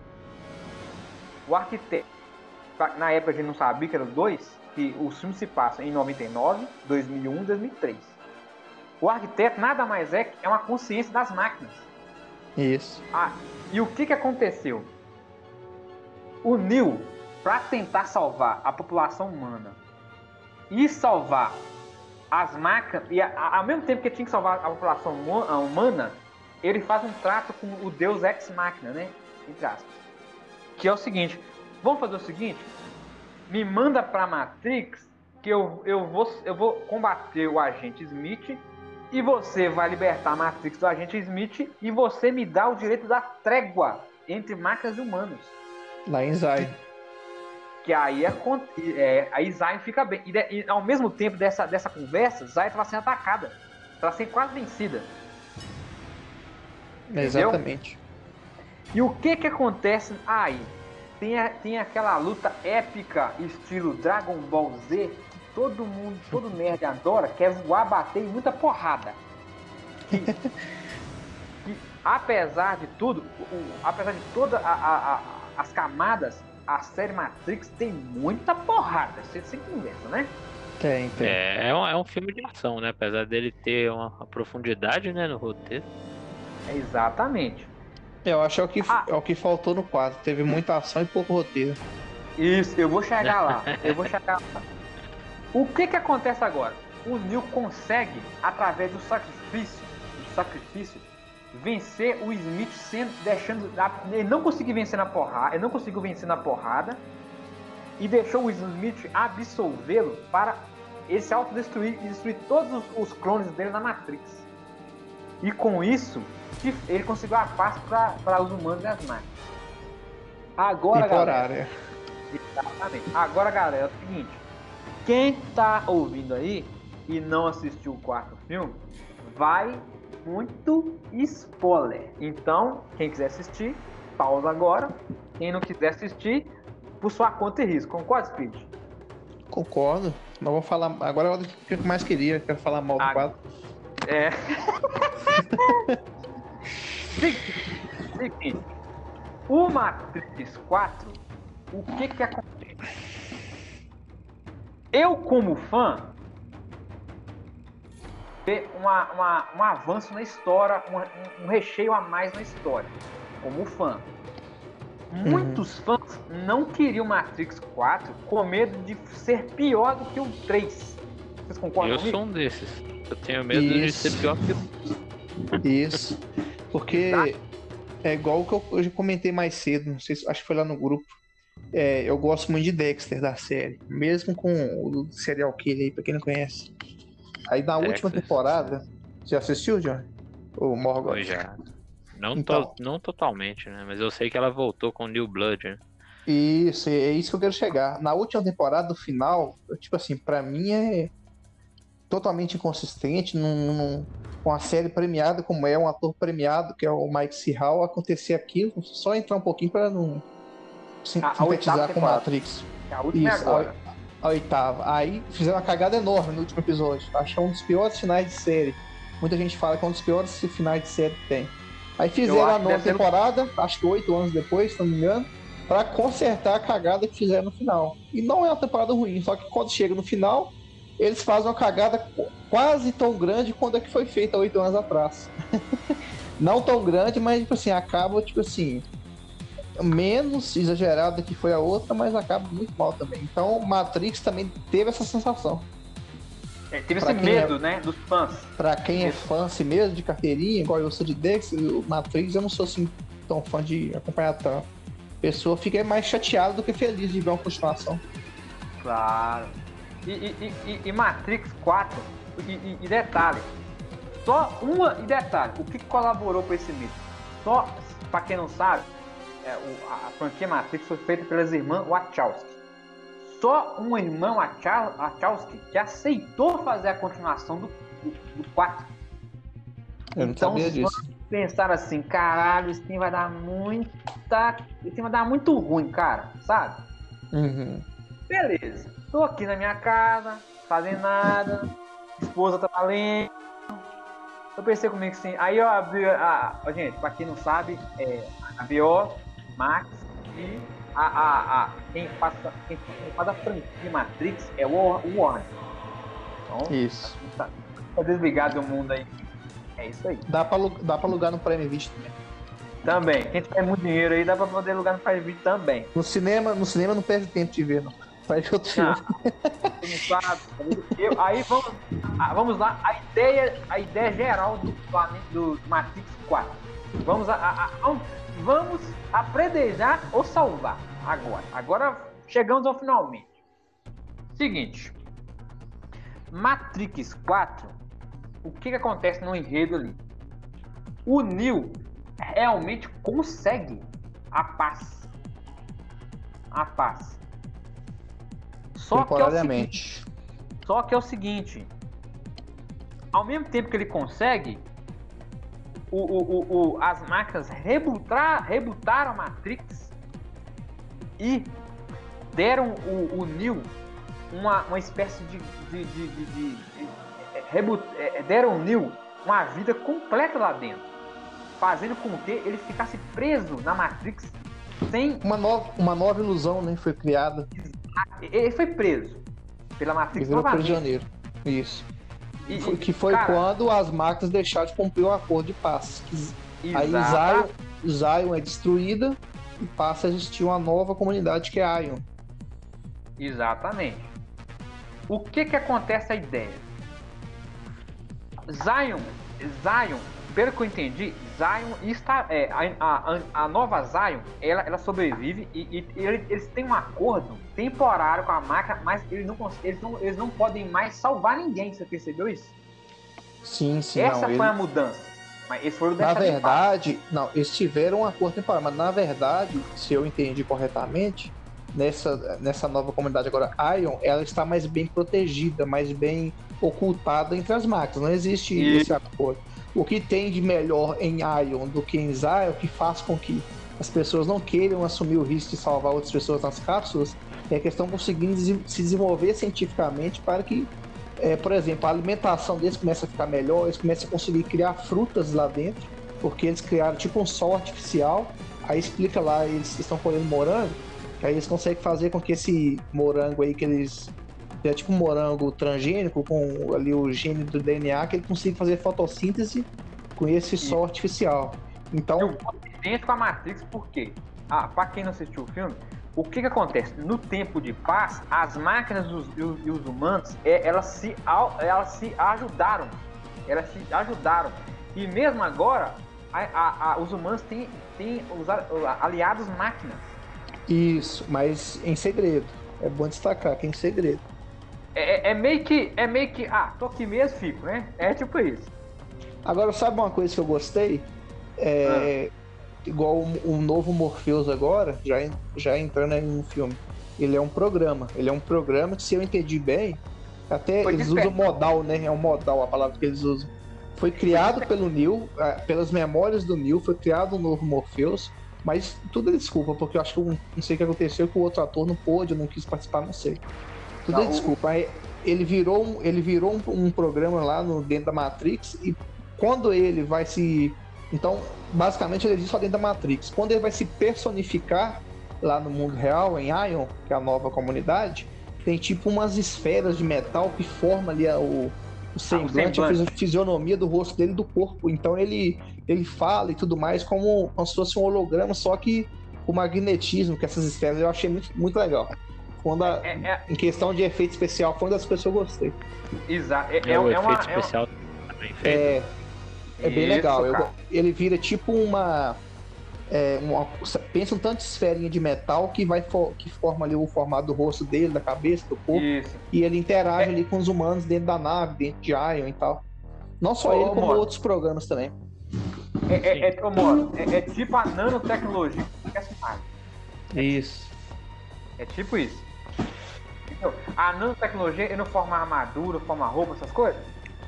o arquiteto, na época a gente não sabia que eram dois, que os filmes se passam em noventa e nove, dois mil e um e dois mil e três. O arquiteto nada mais é que é uma consciência das máquinas. Isso. Ah, e o que que aconteceu? O Neo, para tentar salvar a população humana e salvar as máquinas, e a- a- ao mesmo tempo que ele tinha que salvar a população humo- a humana, ele faz um trato com o Deus Ex Machina, né? Entre aspas. Que é o seguinte: vamos fazer o seguinte, me manda pra Matrix que eu, eu, vou, eu vou combater o agente Smith e você vai libertar a Matrix do agente Smith e você me dá o direito da trégua entre máquinas e humanos. Lá em Zion. Que aí é, con- é, aí Zion fica bem. E, de- e ao mesmo tempo dessa, dessa conversa, Zion estava sendo atacada. Estava sendo quase vencida. Exatamente. E o que que acontece aí? Tem, a- tem aquela luta épica estilo Dragon Ball Z que todo mundo, todo nerd adora, quer voar, bater e muita porrada. Que, que, apesar de tudo, o- o- apesar de todas as camadas, a série Matrix tem muita porrada. Você sem conversa, né? Tem, tem. É, é um, é um filme de ação, né? Apesar dele ter uma, uma profundidade, né, no roteiro. É exatamente. Eu acho que é o que, Ah. é o que faltou no quadro. Teve muita ação e pouco roteiro. Isso, eu vou chegar lá. Eu vou chegar lá. O que que acontece agora? O Neo consegue, através do sacrifício, do sacrifício, vencer o Smith sendo, deixando, ele não conseguiu vencer na porrada, ele não conseguiu vencer na porrada e deixou o Smith absolvê-lo para ele se autodestruir e destruir todos os, os clones dele na Matrix. E com isso, ele conseguiu a paz para os humanos e as máquinas. Agora, galera, Temporária. exatamente. Agora, galera, é o seguinte: quem tá ouvindo aí e não assistiu o quarto filme, vai muito spoiler. Então, quem quiser assistir, pausa agora. Quem não quiser assistir, por sua conta e risco. Concorda, Speed? Concordo. Não vou falar. Agora é o que eu mais queria. Quero falar mal do Ah. quadro. É. Seguinte, o Matrix quatro, o que que acontece? Eu, como fã, ver uma, uma, um avanço na história, um, um recheio a mais na história, como fã. Muitos fãs não queriam Matrix quatro com medo de ser pior do que o três. Vocês concordam Eu comigo? sou um desses. Eu tenho medo de Isso. ser pior que o. Isso. Porque é igual o que eu, eu já comentei mais cedo, não sei se acho que foi lá no grupo. É, eu gosto muito de Dexter da série, mesmo com o serial killer aí, pra quem não conhece. Aí na Dexter, última temporada, já assistiu, John? O Morgan? Foi já. Não, Então. to, não totalmente, né? Mas eu sei que ela voltou com New Blood, né? Isso, é isso que eu quero chegar. Na última temporada, do final, tipo assim, pra mim é totalmente inconsistente. Num, num- com a série premiada, como é um ator premiado, que é o Mike Hall, acontecer aquilo, só entrar um pouquinho pra não sim- A, a oitava sintetizar com temporada. Matrix. A última é Isso, agora. a, a oitava. Aí fizeram uma cagada enorme no último episódio. Acho que é um dos piores finais de série. Muita gente fala que é um dos piores finais de série que tem. Aí Eu fizeram acho a que nova deve ser- temporada, acho que oito anos depois, se não me engano, pra consertar a cagada que fizeram no final. E não é uma temporada ruim, só que quando chega no final, eles fazem uma cagada qu- quase tão grande quanto a que foi feita oito anos atrás. Não tão grande, mas tipo assim, acaba tipo assim, menos exagerada que foi a outra, mas acaba muito mal também. Então, Matrix também teve essa sensação. É, teve pra esse quem é- medo, né, dos fãs. Pra quem é fã assim mesmo de carteirinha, igual eu sou de Dexter, o Matrix eu não sou assim tão fã de acompanhar tanto. A pessoa fica mais chateada do que feliz de ver uma continuação. Claro. E, e- e- e Matrix quatro, e, e- e detalhe, só uma, e detalhe, o que colaborou para esse mito? Só, para quem não sabe, é, o- a, a franquia Matrix foi feita pelas irmãs Wachowski. Só uma irmã Wachow- Wachowski que aceitou fazer a continuação do, do, do quatro. Eu não Então, sabia os disso. fãs pensaram assim, caralho, isso vai dar muita... Isso vai dar muito ruim, cara, sabe? Uhum. Beleza, tô aqui na minha casa, fazendo nada, esposa tá lendo. Eu pensei comigo assim, aí eu abri a. a gente, pra quem não sabe, é a B O, Max e a. a, a quem, faz, quem faz a franquia Matrix é o o Warner. Então, Isso. tá, tá desligado do mundo aí. É isso aí. Dá pra, alu- dá pra alugar no Prime Video também. Também, quem tiver muito dinheiro aí, dá pra poder alugar no Prime Video também. No cinema, no cinema não perde tempo de ver, não. Faz outro filme. Ah, você não sabe. Eu- aí vamos, ah, vamos lá, a ideia, a ideia geral do, planeta, do Matrix quatro. Vamos, a, a- a- vamos, vamos apredejar ou salvar agora. Agora chegamos ao finalmente. Seguinte, Matrix quatro, o que, que acontece no enredo ali? O Neo realmente consegue a paz. A paz. Só que, é o seguinte, Temporariamente. só que é o seguinte, ao mesmo tempo que ele consegue, o, o, o, o- as máquinas rebutar, rebutaram a Matrix e deram o, o Neo uma, uma espécie de, de, de, de, de- de- é, rebut, é, deram ao Neo uma vida completa lá dentro, fazendo com que ele ficasse preso na Matrix sem... Uma nova, uma nova ilusão, né? Foi criada. Ele foi preso pela E Matrix virou novamente. prisioneiro. Isso. E- Foi- e, que foi cara, quando as máquinas deixaram de cumprir o acordo de paz. Que- Aí exata- Zion, Zion é destruída e passa a existir uma nova comunidade que é Ion. Exatamente. O que que acontece a ideia? Zion, Zion, pelo que eu entendi, Zion está, é, a, a, a nova Zion, ela, ela sobrevive e, e eles, eles têm um acordo temporário com a máquina, mas eles não, cons- eles não, eles não podem mais salvar ninguém. Você percebeu isso? Sim, sim. Essa não, foi ele- a mudança. Mas eles foram Na deixados em paz. verdade, não, eles tiveram um acordo temporário, mas na verdade, se eu entendi corretamente, nessa, nessa nova comunidade agora, Ion, ela está mais bem protegida, mais bem ocultada entre as máquinas. Não existe E- esse acordo. O que tem de melhor em Ion do que em Zion, que faz com que as pessoas não queiram assumir o risco de salvar outras pessoas nas cápsulas, é a questão de conseguir dese- se desenvolver cientificamente para que, é, por exemplo, a alimentação deles comece a ficar melhor, eles começam a conseguir criar frutas lá dentro, porque eles criaram tipo um sol artificial, aí explica lá, eles estão colhendo morango, que aí eles conseguem fazer com que esse morango aí que eles... É tipo um morango transgênico com ali o gene do D N A, que ele consiga fazer fotossíntese com esse sol artificial. Então, Eu vou dentro com a Matrix por quê? Ah, pra quem não assistiu o filme, o que que acontece? No tempo de paz, as máquinas e os, e os- e os humanos, é, elas, se, au- elas se ajudaram. Elas se ajudaram. E mesmo agora, a, a, a, os humanos têm, têm os aliados máquinas. Isso, mas em segredo. É bom destacar que é em segredo. É, é, meio que, é meio que, ah, tô aqui mesmo, fico, né? É tipo isso. Agora, sabe uma coisa que eu gostei? É, ah. Igual o, o novo Morpheus agora, já, já entrando aí no filme. Ele é um programa. Ele é um programa que, se eu entendi bem, até Foi eles usam modal, né? É um modal a palavra que eles usam. Foi criado Foi pelo Neo, pelas memórias do Neo, foi criado um novo Morpheus, mas tudo é desculpa, porque eu acho que um, não sei o que aconteceu, que o outro ator não pôde, não quis participar, não sei. Tudo não, é desculpa. Aí, ele virou, um, ele virou um, um programa lá no, dentro da Matrix, e quando ele vai se... Então, basicamente, ele existe só dentro da Matrix. Quando ele vai se personificar lá no mundo real, em Ion, que é a nova comunidade, tem tipo umas esferas de metal que formam ali a, o, o semblante, ah, o semblante. A fisionomia do rosto dele e do corpo. Então ele, ele fala e tudo mais como, como se fosse um holograma, só que o magnetismo, que essas esferas, eu achei muito, muito legal. Quando a, é, é, em questão de efeito especial, foi uma das coisas que eu gostei. Exato. É, é, é, o é efeito uma, especial é, também feito. É, é bem Isso, legal. Eu, ele vira tipo uma... É, uma, pensa um tanto de esferinha de metal que vai for, que forma ali o formato do rosto dele, da cabeça, do corpo. Isso. E ele interage é. ali com os humanos dentro da nave, dentro de Ion e tal. Não só ô, ele, como mano. outros programas também. É, é, é, mano, é, é tipo a nanotecnologia que essa imagem. Isso. É tipo isso. Entendeu? A nanotecnologia ele não forma armadura, forma roupa, essas coisas?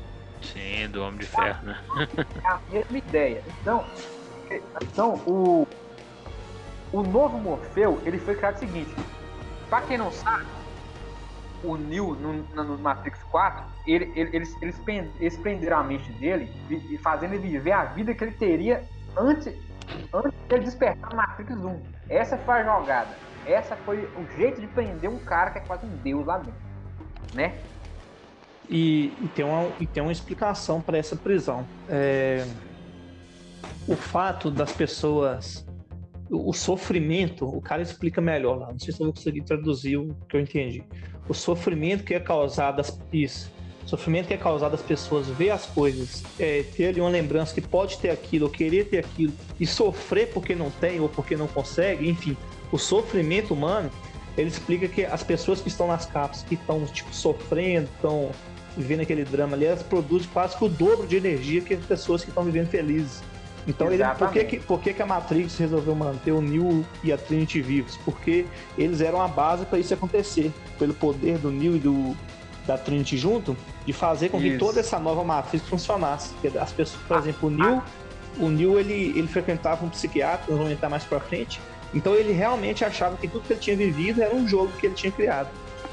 Sim, do Homem de Ferro, né? É a mesma ideia. Então, então o, o novo Morpheu, ele foi criado o seguinte. Pra quem não sabe, o Neo no, no Matrix quatro, ele, ele, eles, eles, eles prenderam a mente dele, fazendo ele viver a vida que ele teria antes, antes de ele despertar no Matrix um. Essa foi a jogada. Essa foi o jeito de prender um cara que é quase um deus lá dentro, né? E, e, tem, uma, e tem uma explicação para essa prisão. É, o fato das pessoas... O, o sofrimento, o cara explica melhor lá. Não sei se eu vou conseguir traduzir o que eu entendi. O sofrimento que é causado... Isso. O sofrimento que é causado às pessoas ver as coisas, é, ter ali uma lembrança que pode ter aquilo, ou querer ter aquilo, e sofrer porque não tem ou porque não consegue, enfim... O sofrimento humano, ele explica que as pessoas que estão nas capas, que estão tipo, sofrendo, estão vivendo aquele drama ali, elas produzem quase que o dobro de energia que as pessoas que estão vivendo felizes. Então, ele, por, que, que, por que, que a Matrix resolveu manter o Neo e a Trinity vivos? Porque eles eram a base para isso acontecer. Pelo poder do Neo e do, da Trinity junto, de fazer com isso. Que toda essa nova Matrix funcionasse. Porque as pessoas, por ah, exemplo, o Neo, ah. o Neo ele, ele frequentava um psiquiatra, nós vamos entrar mais para frente. Então ele realmente achava que tudo que ele tinha vivido era um jogo que ele tinha criado.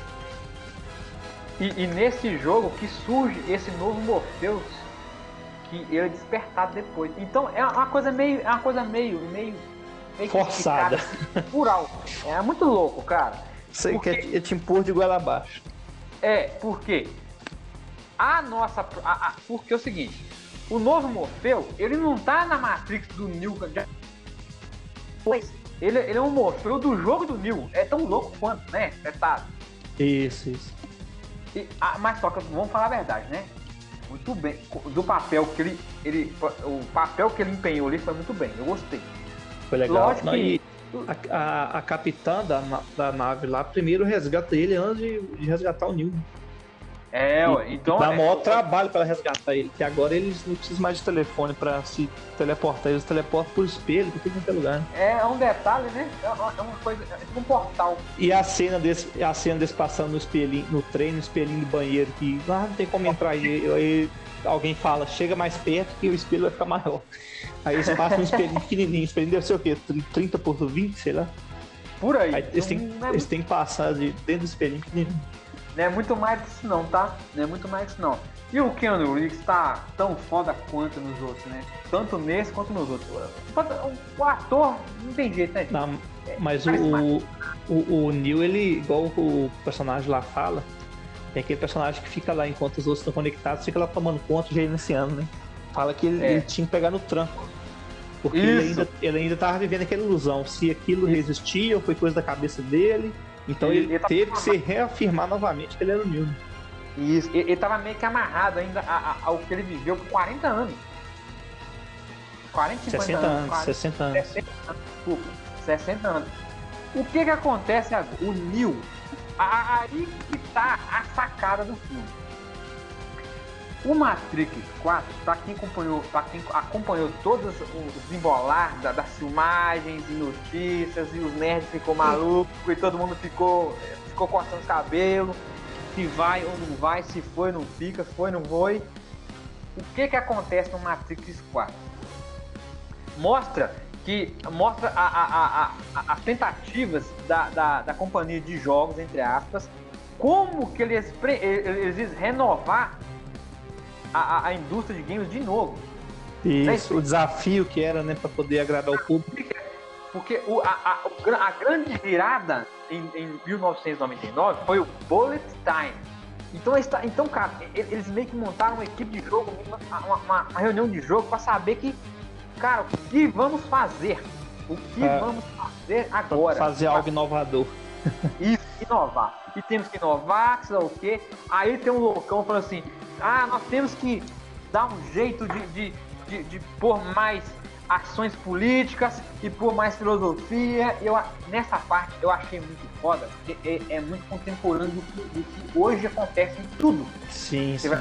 E, e nesse jogo que surge esse novo Morpheus que ele é despertado depois. Então é uma coisa meio, é uma coisa meio, meio, meio forçada, por alto. É muito louco, cara. Sei porque... que é te impor de goela abaixo. É, porque a nossa, a, a, porque é o seguinte, o novo Morpheus, ele não tá na Matrix do Neo. Pois Ele, ele é um Morpheu do jogo do Neo. É tão louco quanto, né? É tá. Isso, isso. E, ah, mas só que vamos falar a verdade, né? Muito bem. Do papel que ele, ele. O papel que ele empenhou ali foi muito bem. Eu gostei. Foi legal. Lógico que... a, a, a capitã da, da nave lá primeiro resgata ele antes de, de resgatar o Neo. É, e, então. Dá é, maior é, trabalho para resgatar ele. Que agora eles não precisam mais de telefone para se teleportar. Eles teleportam por espelho, por tudo quanto é lugar. É um detalhe, né? É uma coisa. É tipo um portal. E a cena desse, a cena desse passando no espelhinho, no trem, no espelhinho do banheiro, que ah, não tem como entrar aí. Aí alguém fala, chega mais perto que o espelho vai ficar maior. Aí eles passam um espelhinho pequenininho. O espelhinho deve ser o quê? trinta por vinte, sei lá. Por aí. Aí eles, têm, é eles têm que passar de dentro do espelhinho pequenininho. Não é muito mais que isso não, tá? Não é muito mais que isso não. E o Keanu Reeves tá tão foda quanto nos outros, né? Tanto nesse quanto nos outros. O ator não tem jeito, né? Não, mas o, o, o Neo, ele, igual o personagem lá fala, tem aquele personagem que fica lá enquanto os outros estão conectados, fica lá tomando conta, gerenciando, né? Fala que ele, é. ele tinha que pegar no tranco. Porque ele ainda, ele ainda tava vivendo aquela ilusão. Se aquilo Isso. resistia ou foi coisa da cabeça dele... Então ele, ele teve que se reafirmar novamente que ele era o Neo. Isso, ele, ele tava meio que amarrado ainda ao que ele viveu por quarenta anos. quarenta, cinquenta sessenta anos. anos, quarenta, sessenta anos. sessenta anos, desculpa, sessenta anos. O que que acontece agora? O Neo, a- aí que tá a sacada do filme. O Matrix quatro, pra quem acompanhou, pra quem acompanhou todos os desembolar da- das filmagens e notícias, e os nerds ficou maluco, e todo mundo ficou, ficou cortando os cabelos, se vai ou não vai, se foi ou não fica, se foi ou não foi. O que que acontece no Matrix quatro? Mostra que mostra a, a, a, a, as tentativas da, da, da companhia de jogos, entre aspas, como que eles, eles, eles renovar a, a indústria de games de novo. Isso, né? O desafio que era, né, para poder agradar o público. Porque o, a, a, a grande virada em, em mil novecentos e noventa e nove foi o Bullet Time. Então, então, cara, eles meio que montaram uma equipe de jogo, uma, uma, uma reunião de jogo para saber que, cara, o que vamos fazer? O que é, vamos fazer agora? Fazer algo inovador. Isso, inovar. E temos que inovar, sei lá o quê. Aí tem um loucão falando assim, ah, nós temos que dar um jeito de, de, de, de pôr mais ações políticas e pôr mais filosofia. Eu, nessa parte eu achei muito foda, porque é, é muito contemporâneo do que, do que hoje acontece em tudo. Sim, Você sim. Vai...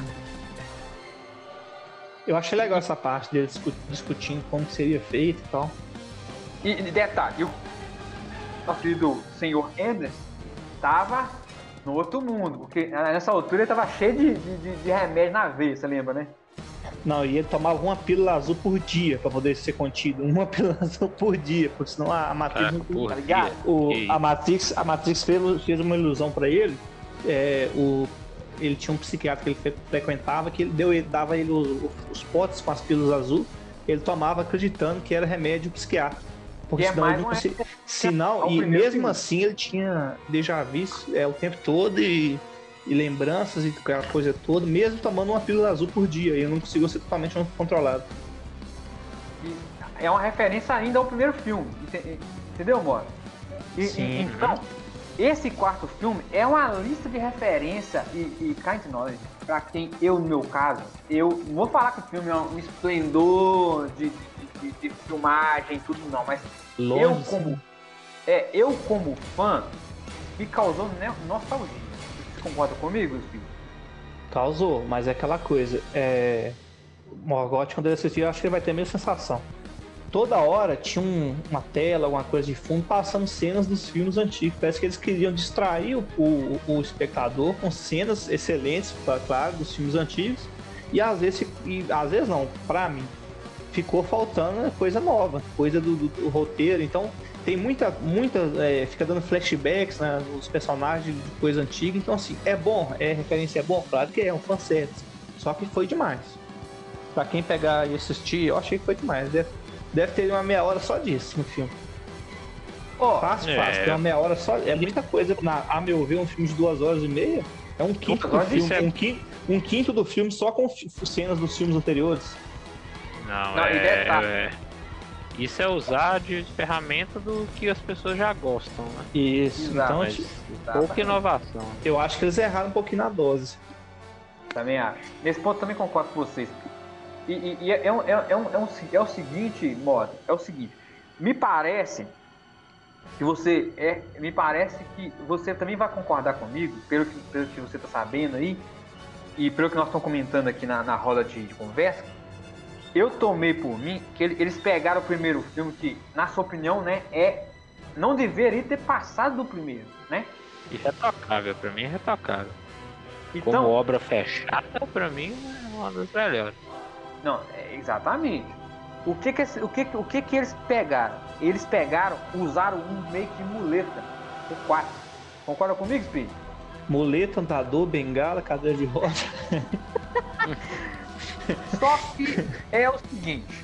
Eu achei legal essa parte dele discutindo como seria feito e tal. E, e detalhe, o nosso querido senhor Enders tava no outro mundo, porque nessa altura ele tava cheio de, de, de remédio na veia, você lembra, né? Não, e ele tomava uma pílula azul por dia pra poder ser contido. Uma pílula azul por dia, porque senão a Matrix ah, não tá ligado? O, a Matrix, a Matrix fez, fez uma ilusão pra ele. É, o, ele tinha um psiquiatra que ele frequentava que ele deu, ele, dava ele os, os potes com as pílulas azul. Ele tomava acreditando que era remédio psiquiátrico. Porque e senão é ele não conseguia. Sinal, e mesmo filme. assim ele tinha déjà vu é, o tempo todo e. E lembranças e aquela coisa toda, mesmo tomando uma pílula azul por dia, e eu não consigo ser totalmente controlado. E é uma referência ainda ao primeiro filme, entendeu, Moro? E, Sim. E, então, esse quarto filme é uma lista de referência e, e cá entre nós, pra quem eu, no meu caso, eu não vou falar que o filme é um esplendor de, de, de, de filmagem, tudo não, mas Longe, eu como, é, eu como fã, me causou nostalgia. Concorda comigo, filho? Causou, mas é aquela coisa. É... Morgoth, quando ele assistir, eu acho que ele vai ter a mesma sensação. Toda hora tinha um, uma tela, alguma coisa de fundo, passando cenas dos filmes antigos. Parece que eles queriam distrair o, o, o espectador com cenas excelentes, claro, dos filmes antigos. E às vezes, e, às vezes não, pra mim, ficou faltando coisa nova, coisa do, do, do roteiro. Então, tem muita, muita, é, fica dando flashbacks, né, nos personagens de coisa antiga. Então, assim, é bom, é referência, é bom, claro que é, é um fanservice. Só que foi demais. Pra quem pegar e assistir, eu achei que foi demais. Deve, deve ter uma meia hora só disso no filme. Oh, fácil, é. fácil. Tem uma meia hora só. É muita coisa. Na, a meu ver, um filme de duas horas e meia é um quinto do filme. É... Um, quinto, um quinto do filme só com cenas dos filmes anteriores. Não, Não é, é... Isso é usar de ferramenta do que as pessoas já gostam, né? Isso, Exato, então mas, pouca inovação. Eu acho que eles erraram um pouquinho na dose. Também acho. Nesse ponto também concordo com vocês. E, e, e é, um, é, um, é, um, é, um, é o seguinte, Mota, é o seguinte. Me parece que você é. Me parece que você também vai concordar comigo, pelo que, pelo que você está sabendo aí, e pelo que nós estamos comentando aqui na, na roda de, de conversa. Eu tomei por mim que eles pegaram o primeiro filme que, na sua opinião, né, é não deveria ter passado do primeiro, né? Irretocável, pra mim é retocável. Então, como obra fechada, pra mim é uma das melhores. Não, é, exatamente. O que que, o que o que que eles pegaram? Eles pegaram, usaram um meio que muleta, o quatro. Concorda comigo, Speed? Muleta, andador, bengala, cadeira de roda. Só que é o seguinte.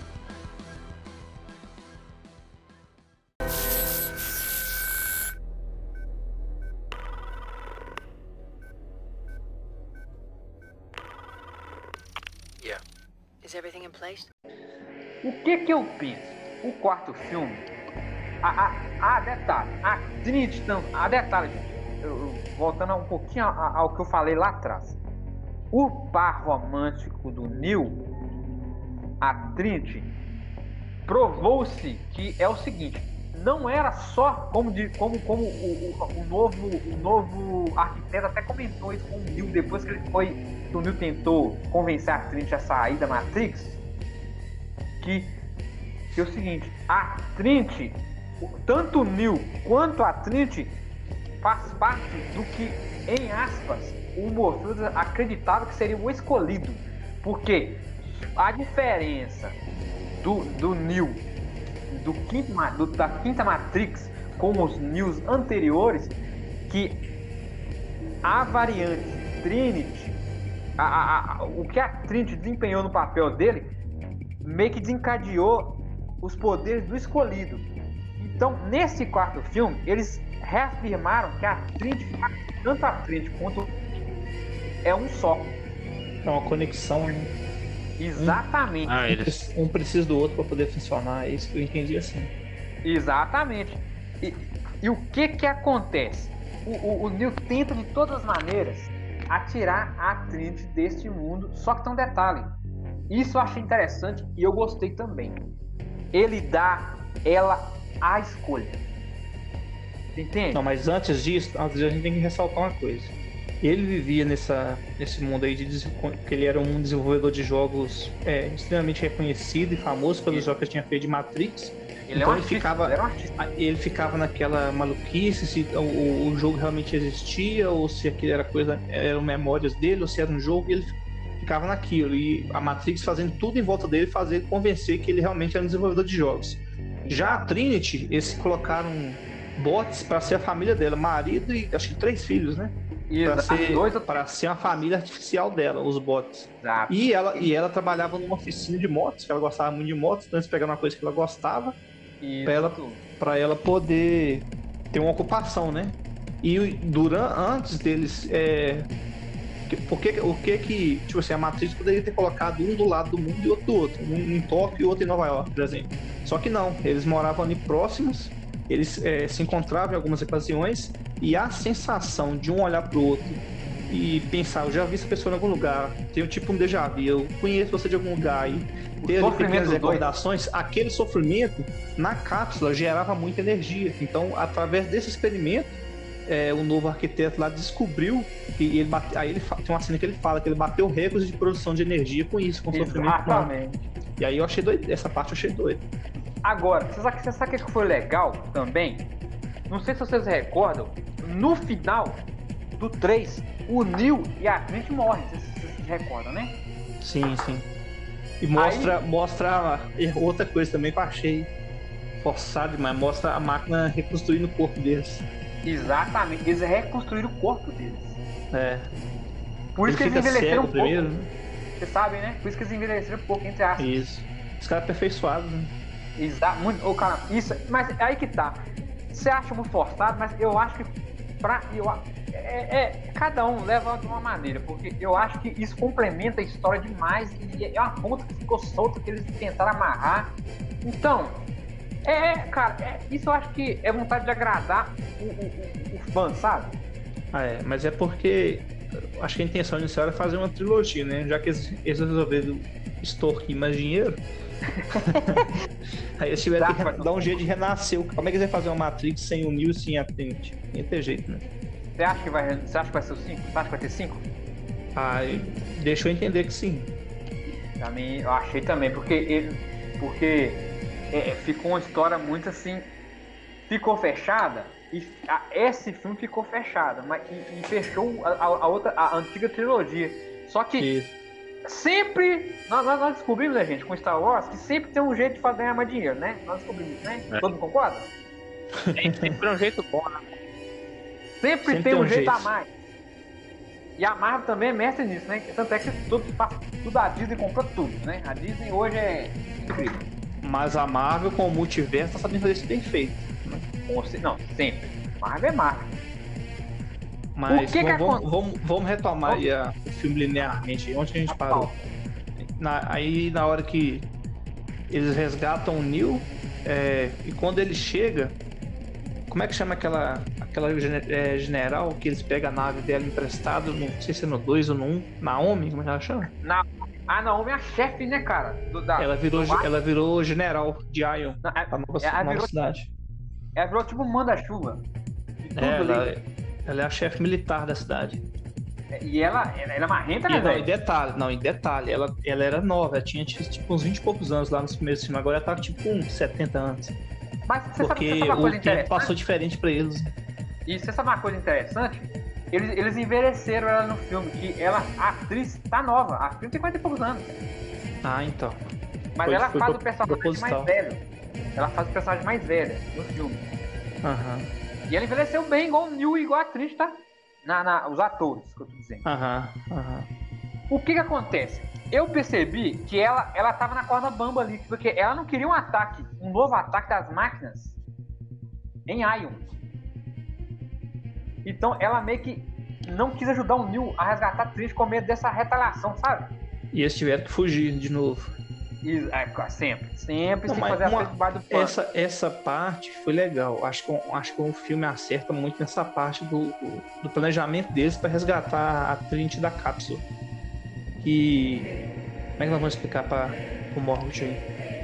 Yeah. Is everything in place? O que que eu penso? O quarto filme, a, a, a detalhe, a Trinity, a detalhe, eu, eu, voltando um pouquinho ao, ao que eu falei lá atrás. O par romântico do Neo, a Trinity, provou-se que é o seguinte, não era só como, de, como, como o, o, o, novo, o novo arquiteto até comentou isso com o Neo, depois que ele foi, que o Neo tentou convencer a Trinity a sair da Matrix, que, que é o seguinte, a Trinity, tanto o Neo quanto a Trinity faz parte do que, em aspas, o Morpheus acreditava que seria o escolhido, porque a diferença do, do Neo do quinto, do, da quinta Matrix com os Neos anteriores, que a variante Trinity, a, a, a, o que a Trinity desempenhou no papel dele, meio que desencadeou os poderes do escolhido. Então, nesse quarto filme, eles reafirmaram que a Trinity, tanto a Trinity quanto é um só. É uma conexão, né? Exatamente. Ah, eles... Um precisa do outro para poder funcionar. É isso que eu entendi assim. Exatamente. E, e o que que acontece? O, o, o Neo tenta de todas as maneiras atirar a Trinity deste mundo, só que tem um detalhe. Isso eu achei interessante e eu gostei também. Ele dá ela a escolha. Entende? Não, mas antes disso, antes disso, a gente tem que ressaltar uma coisa. Ele vivia nessa, nesse mundo aí, de, que ele era um desenvolvedor de jogos é, extremamente reconhecido e famoso pelos jogos que ele tinha feito de Matrix. Ele, então é um ele, artista, ficava, ele, é um artista. ele ficava naquela maluquice, se o, o jogo realmente existia, ou se aquilo era coisa, eram memórias dele, ou se era um jogo, e ele ficava naquilo. E a Matrix fazendo tudo em volta dele, fazer convencer que ele realmente era um desenvolvedor de jogos. Já a Trinity, eles colocaram bots para ser a família dela, marido e acho que três filhos, né? Para ser, dois... ser uma família artificial dela, os bots. Exato. E ela, e ela trabalhava numa oficina de motos, que ela gostava muito de motos, então eles pegaram uma coisa que ela gostava para ela, pra ela poder ter uma ocupação, né? E durante, antes deles. É, porque, o que que. Tipo assim, a Matrix poderia ter colocado um do lado do mundo e outro do outro. Um em Tóquio e outro em Nova York, por exemplo. Só que não, eles moravam ali próximos. Eles é, se encontravam em algumas ocasiões e a sensação de um olhar pro outro e pensar, eu já vi essa pessoa em algum lugar, tem um tipo um déjà vu, eu conheço você de algum lugar e ter ali pequenas recordações, aquele sofrimento na cápsula gerava muita energia. Então, através desse experimento, é, o novo arquiteto lá descobriu que ele bate... aí ele tem uma cena que ele fala que ele bateu recordes de produção de energia com isso, com o sofrimento humano. E aí eu achei doido, essa parte eu achei doido. Agora, você sabe, você sabe o que foi legal também? Não sei se vocês recordam, no final do três, o Neo e a Trinity morrem, vocês, vocês se recordam, né? Sim, sim. E mostra, Aí... mostra outra coisa também que eu achei forçado demais, mostra a máquina reconstruindo o corpo deles. Exatamente, eles reconstruíram o corpo deles. É. Por isso Ele que eles envelheceram um pouco. Primeiro, né? Vocês sabem, né? Por isso que eles envelheceram um pouco, entre aspas. Isso. Os caras aperfeiçoados, né? Exato, muito. Oh, cara, isso, mas aí que tá. Você acha muito forçado, mas eu acho que pra. Eu, é, é, cada um leva de uma maneira, porque eu acho que isso complementa a história demais. E é uma ponta que ficou solta que eles tentaram amarrar. Então, é, cara, é, isso eu acho que é vontade de agradar o, o, o fã, sabe? Ah, é, mas é porque acho que a intenção inicial era fazer uma trilogia, né? Já que eles, eles resolveram extorquir mais dinheiro. Aí eles tiveram que dar um jeito de renascer. Como é que eles vão fazer uma Matrix sem o Neo e sem a Trinity? Não tem jeito, né? Você acha que vai, você acha que vai ser o cinco? Você acha que vai ter cinco? Ah, deixa eu entender que sim. Pra mim, eu achei também, porque ele, porque é, ficou uma história muito assim, ficou fechada e a, esse filme ficou fechado, mas e, e fechou a, a outra, a antiga trilogia. Só que Isso. sempre nós, nós descobrimos, né, gente, com Star Wars, que sempre tem um jeito de fazer ganhar mais dinheiro, né? Nós descobrimos, né? É. Todo mundo concorda? Tem sempre um jeito bom, né? Sempre, sempre tem, tem um, um jeito, jeito a mais. E a Marvel também é mestre nisso, né? Tanto é que tudo, tudo a Disney comprou tudo, né? A Disney hoje é incrível. Mas a Marvel com o multiverso tá sabendo fazer isso bem feito. Né? Não, sempre. Marvel é Marvel. Mas que vamos, que vamos, vamos, vamos retomar aí a, o filme linearmente. Onde que a gente parou? Na, aí na hora que eles resgatam o Neo, é, e quando ele chega, como é que chama aquela, aquela é, general que eles pegam a nave dela emprestada? Não sei se é no dois ou no um. Naomi, como é que ela chama? Naomi. A Naomi é a chefe, né, cara? Do, da, Ela virou, do ela virou general de Ion, Não, é- a nova, ela nova virou- cidade. Ela virou tipo um manda-chuva. De tudo É, ela, ali. ela é a chefe militar da cidade. E ela, ela, ela é marrenta, né, E não, em velho? detalhe, não, em detalhe, ela, ela era nova, ela tinha tipo uns vinte e poucos anos lá nos primeiros filmes, agora ela tá tipo com setenta anos. Mas você sabe, Porque você sabe uma o coisa tempo interessante? passou diferente pra eles. E você sabe uma coisa interessante? Eles, eles envelheceram ela no filme, que ela, a atriz tá nova. A atriz tem cinquenta e poucos anos. Ah, então. Mas Foi- ela foi faz pro- o personagem proposital. mais velho. Ela faz o personagem mais velho no filme. Aham, E ela envelheceu bem, igual o Neil e igual a atriz, tá? Na, na, os atores, que eu tô dizendo. aham, aham. O que que acontece? Eu percebi que ela, ela tava na corda bamba ali, porque ela não queria um ataque, um novo ataque das máquinas em Ion. Então ela meio que não quis ajudar o Neil a resgatar a Trinity com medo dessa retaliação, sabe? E eles tiveram que fugir de novo. E, é, sempre, sempre Não, sem mas fazer a uma- frente debaixo do pano. Essa, essa parte foi legal. Acho que, o- acho que o filme acerta muito nessa parte do, do, do planejamento deles para resgatar a Trinity da cápsula. E. Como é que nós vamos explicar para o Morgoth aí?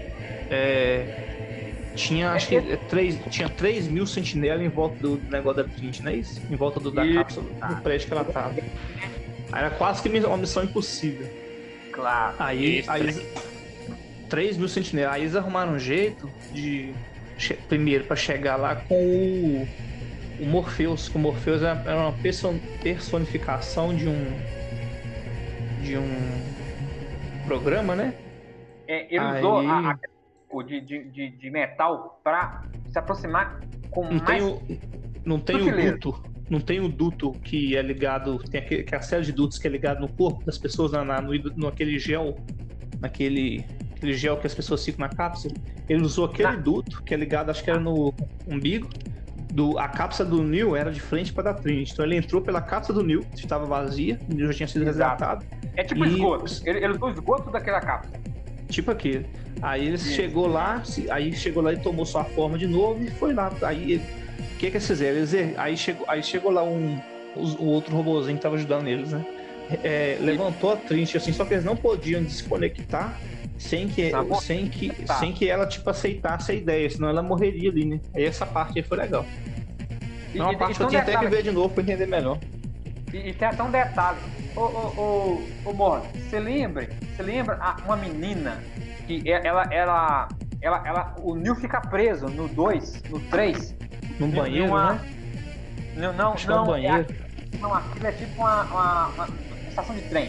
É, tinha, acho que é, três, tinha três mil sentinelas em volta do negócio da Trinity, não é isso? Em volta do, da Isso. cápsula, do prédio que ela tava. Aí era quase que uma missão impossível. Claro. Aí, Isso, aí eles, três mil sentinelas. Aí eles arrumaram um jeito de che- primeiro para chegar lá com o, o Morpheus, que o Morpheus era era uma perso- personificação de um de um programa, né? É, ele Aí- usou a, a- o de, de, de, de metal pra se aproximar com Não tem mais... o não tem o sutileza. duto, não tem o duto que é ligado, tem aquele, que é a série de dutos que é ligado no corpo das pessoas na, na, no, no aquele gel, naquele aquele gel que as pessoas ficam na cápsula. Ele usou aquele Na- duto que é ligado, acho que era no umbigo. Do, a cápsula do Neil era de frente para a da Trinity. Então ele entrou pela cápsula do Neil, que estava vazia, o Neil já tinha sido Exato. resgatado. É tipo E- esgoto. Ele, ele usou o esgoto daquela cápsula. Tipo aquele. Aí ele Isso. chegou lá, se- aí chegou lá e tomou sua forma de novo e foi lá. Aí ele- o que que eles fizeram? Eles, aí, chegou, aí chegou lá um, os- o outro robozinho que tava ajudando eles, né? É, levantou a Trinity assim, só que eles não podiam desconectar sem que, Tá bom. sem que, Tá. sem que ela tipo aceitasse a ideia, senão ela morreria ali, né? Aí essa parte aí foi legal. E, É uma e- parte e que eu tem tinha um até que detalhe- ver de novo pra entender melhor. E, e tem até um detalhe. Ô, ô, ô, ô Morgan, você lembra? Você lembra a- uma menina que e- ela, ela, ela, ela, o Neil fica preso no dois, no três. Num Em- em banheiro, uma- né? Não, não, Acho que é um não. banheiro. É, não, aquilo é tipo uma, uma, uma estação de trem.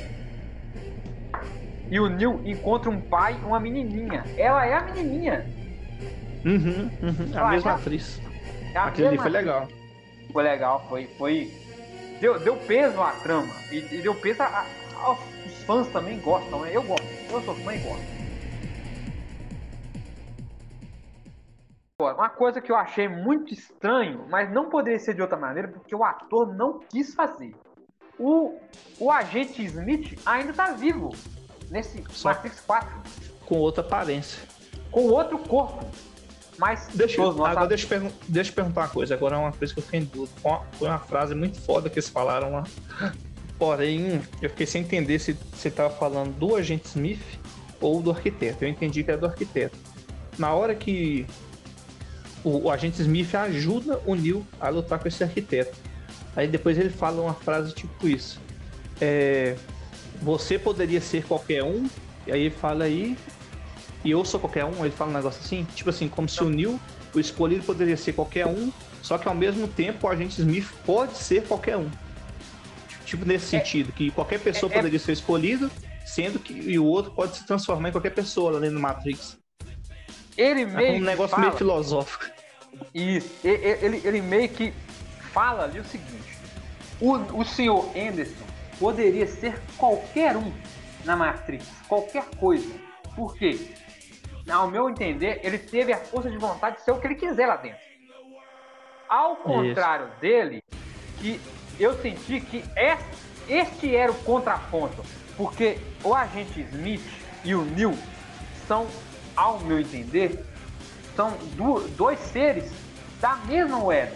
E o Neil encontra um pai e uma menininha. Ela é a menininha. Uhum, uhum. A Ah, mesma já- atriz. É a Aquilo ali mesma- foi legal. Foi legal, foi, foi. Deu, deu peso à trama. E, e deu peso a, a- aos os fãs também gostam, né? Eu gosto. Eu sou fã e gosto. Agora, uma coisa que eu achei muito estranho, mas não poderia ser de outra maneira, porque o ator não quis fazer. O, o agente Smith ainda tá vivo nesse Só- Matrix quatro, Com outra aparência. com outro corpo. Mas Deixa, todos nós agora deixa eu, pergun- deixa eu perguntar uma coisa. Agora é uma coisa que eu fiquei em dúvida. Foi uma- Foi uma frase muito foda que eles falaram lá. Porém, eu fiquei sem entender se você estava falando do agente Smith ou do arquiteto. Eu entendi que era do arquiteto. Na hora que o, o agente Smith ajuda o Neil a lutar com esse arquiteto. Aí depois ele fala uma frase tipo isso. É, você poderia ser qualquer um. E aí ele fala aí. E eu sou qualquer um. Ele fala um negócio assim. Tipo assim, como se o Neil, o escolhido, poderia ser qualquer um. Só que ao mesmo tempo o agente Smith pode ser qualquer um. Tipo nesse É- sentido. Que qualquer pessoa é- poderia ser escolhido. Sendo que e o outro pode se transformar em qualquer pessoa lá dentro do Matrix. ele É meio um que negócio fala, meio filosófico. Isso. E- e- Ele, ele meio que fala ali o seguinte: o, o senhor Anderson poderia ser qualquer um na Matrix, qualquer coisa. Por quê? Ao meu entender, ele teve a força de vontade de ser o que ele quiser lá dentro. Ao contrário dele, que eu senti que es- este era o contraponto, porque o agente Smith e o Neil são, ao meu entender, são du- dois seres da mesma moeda.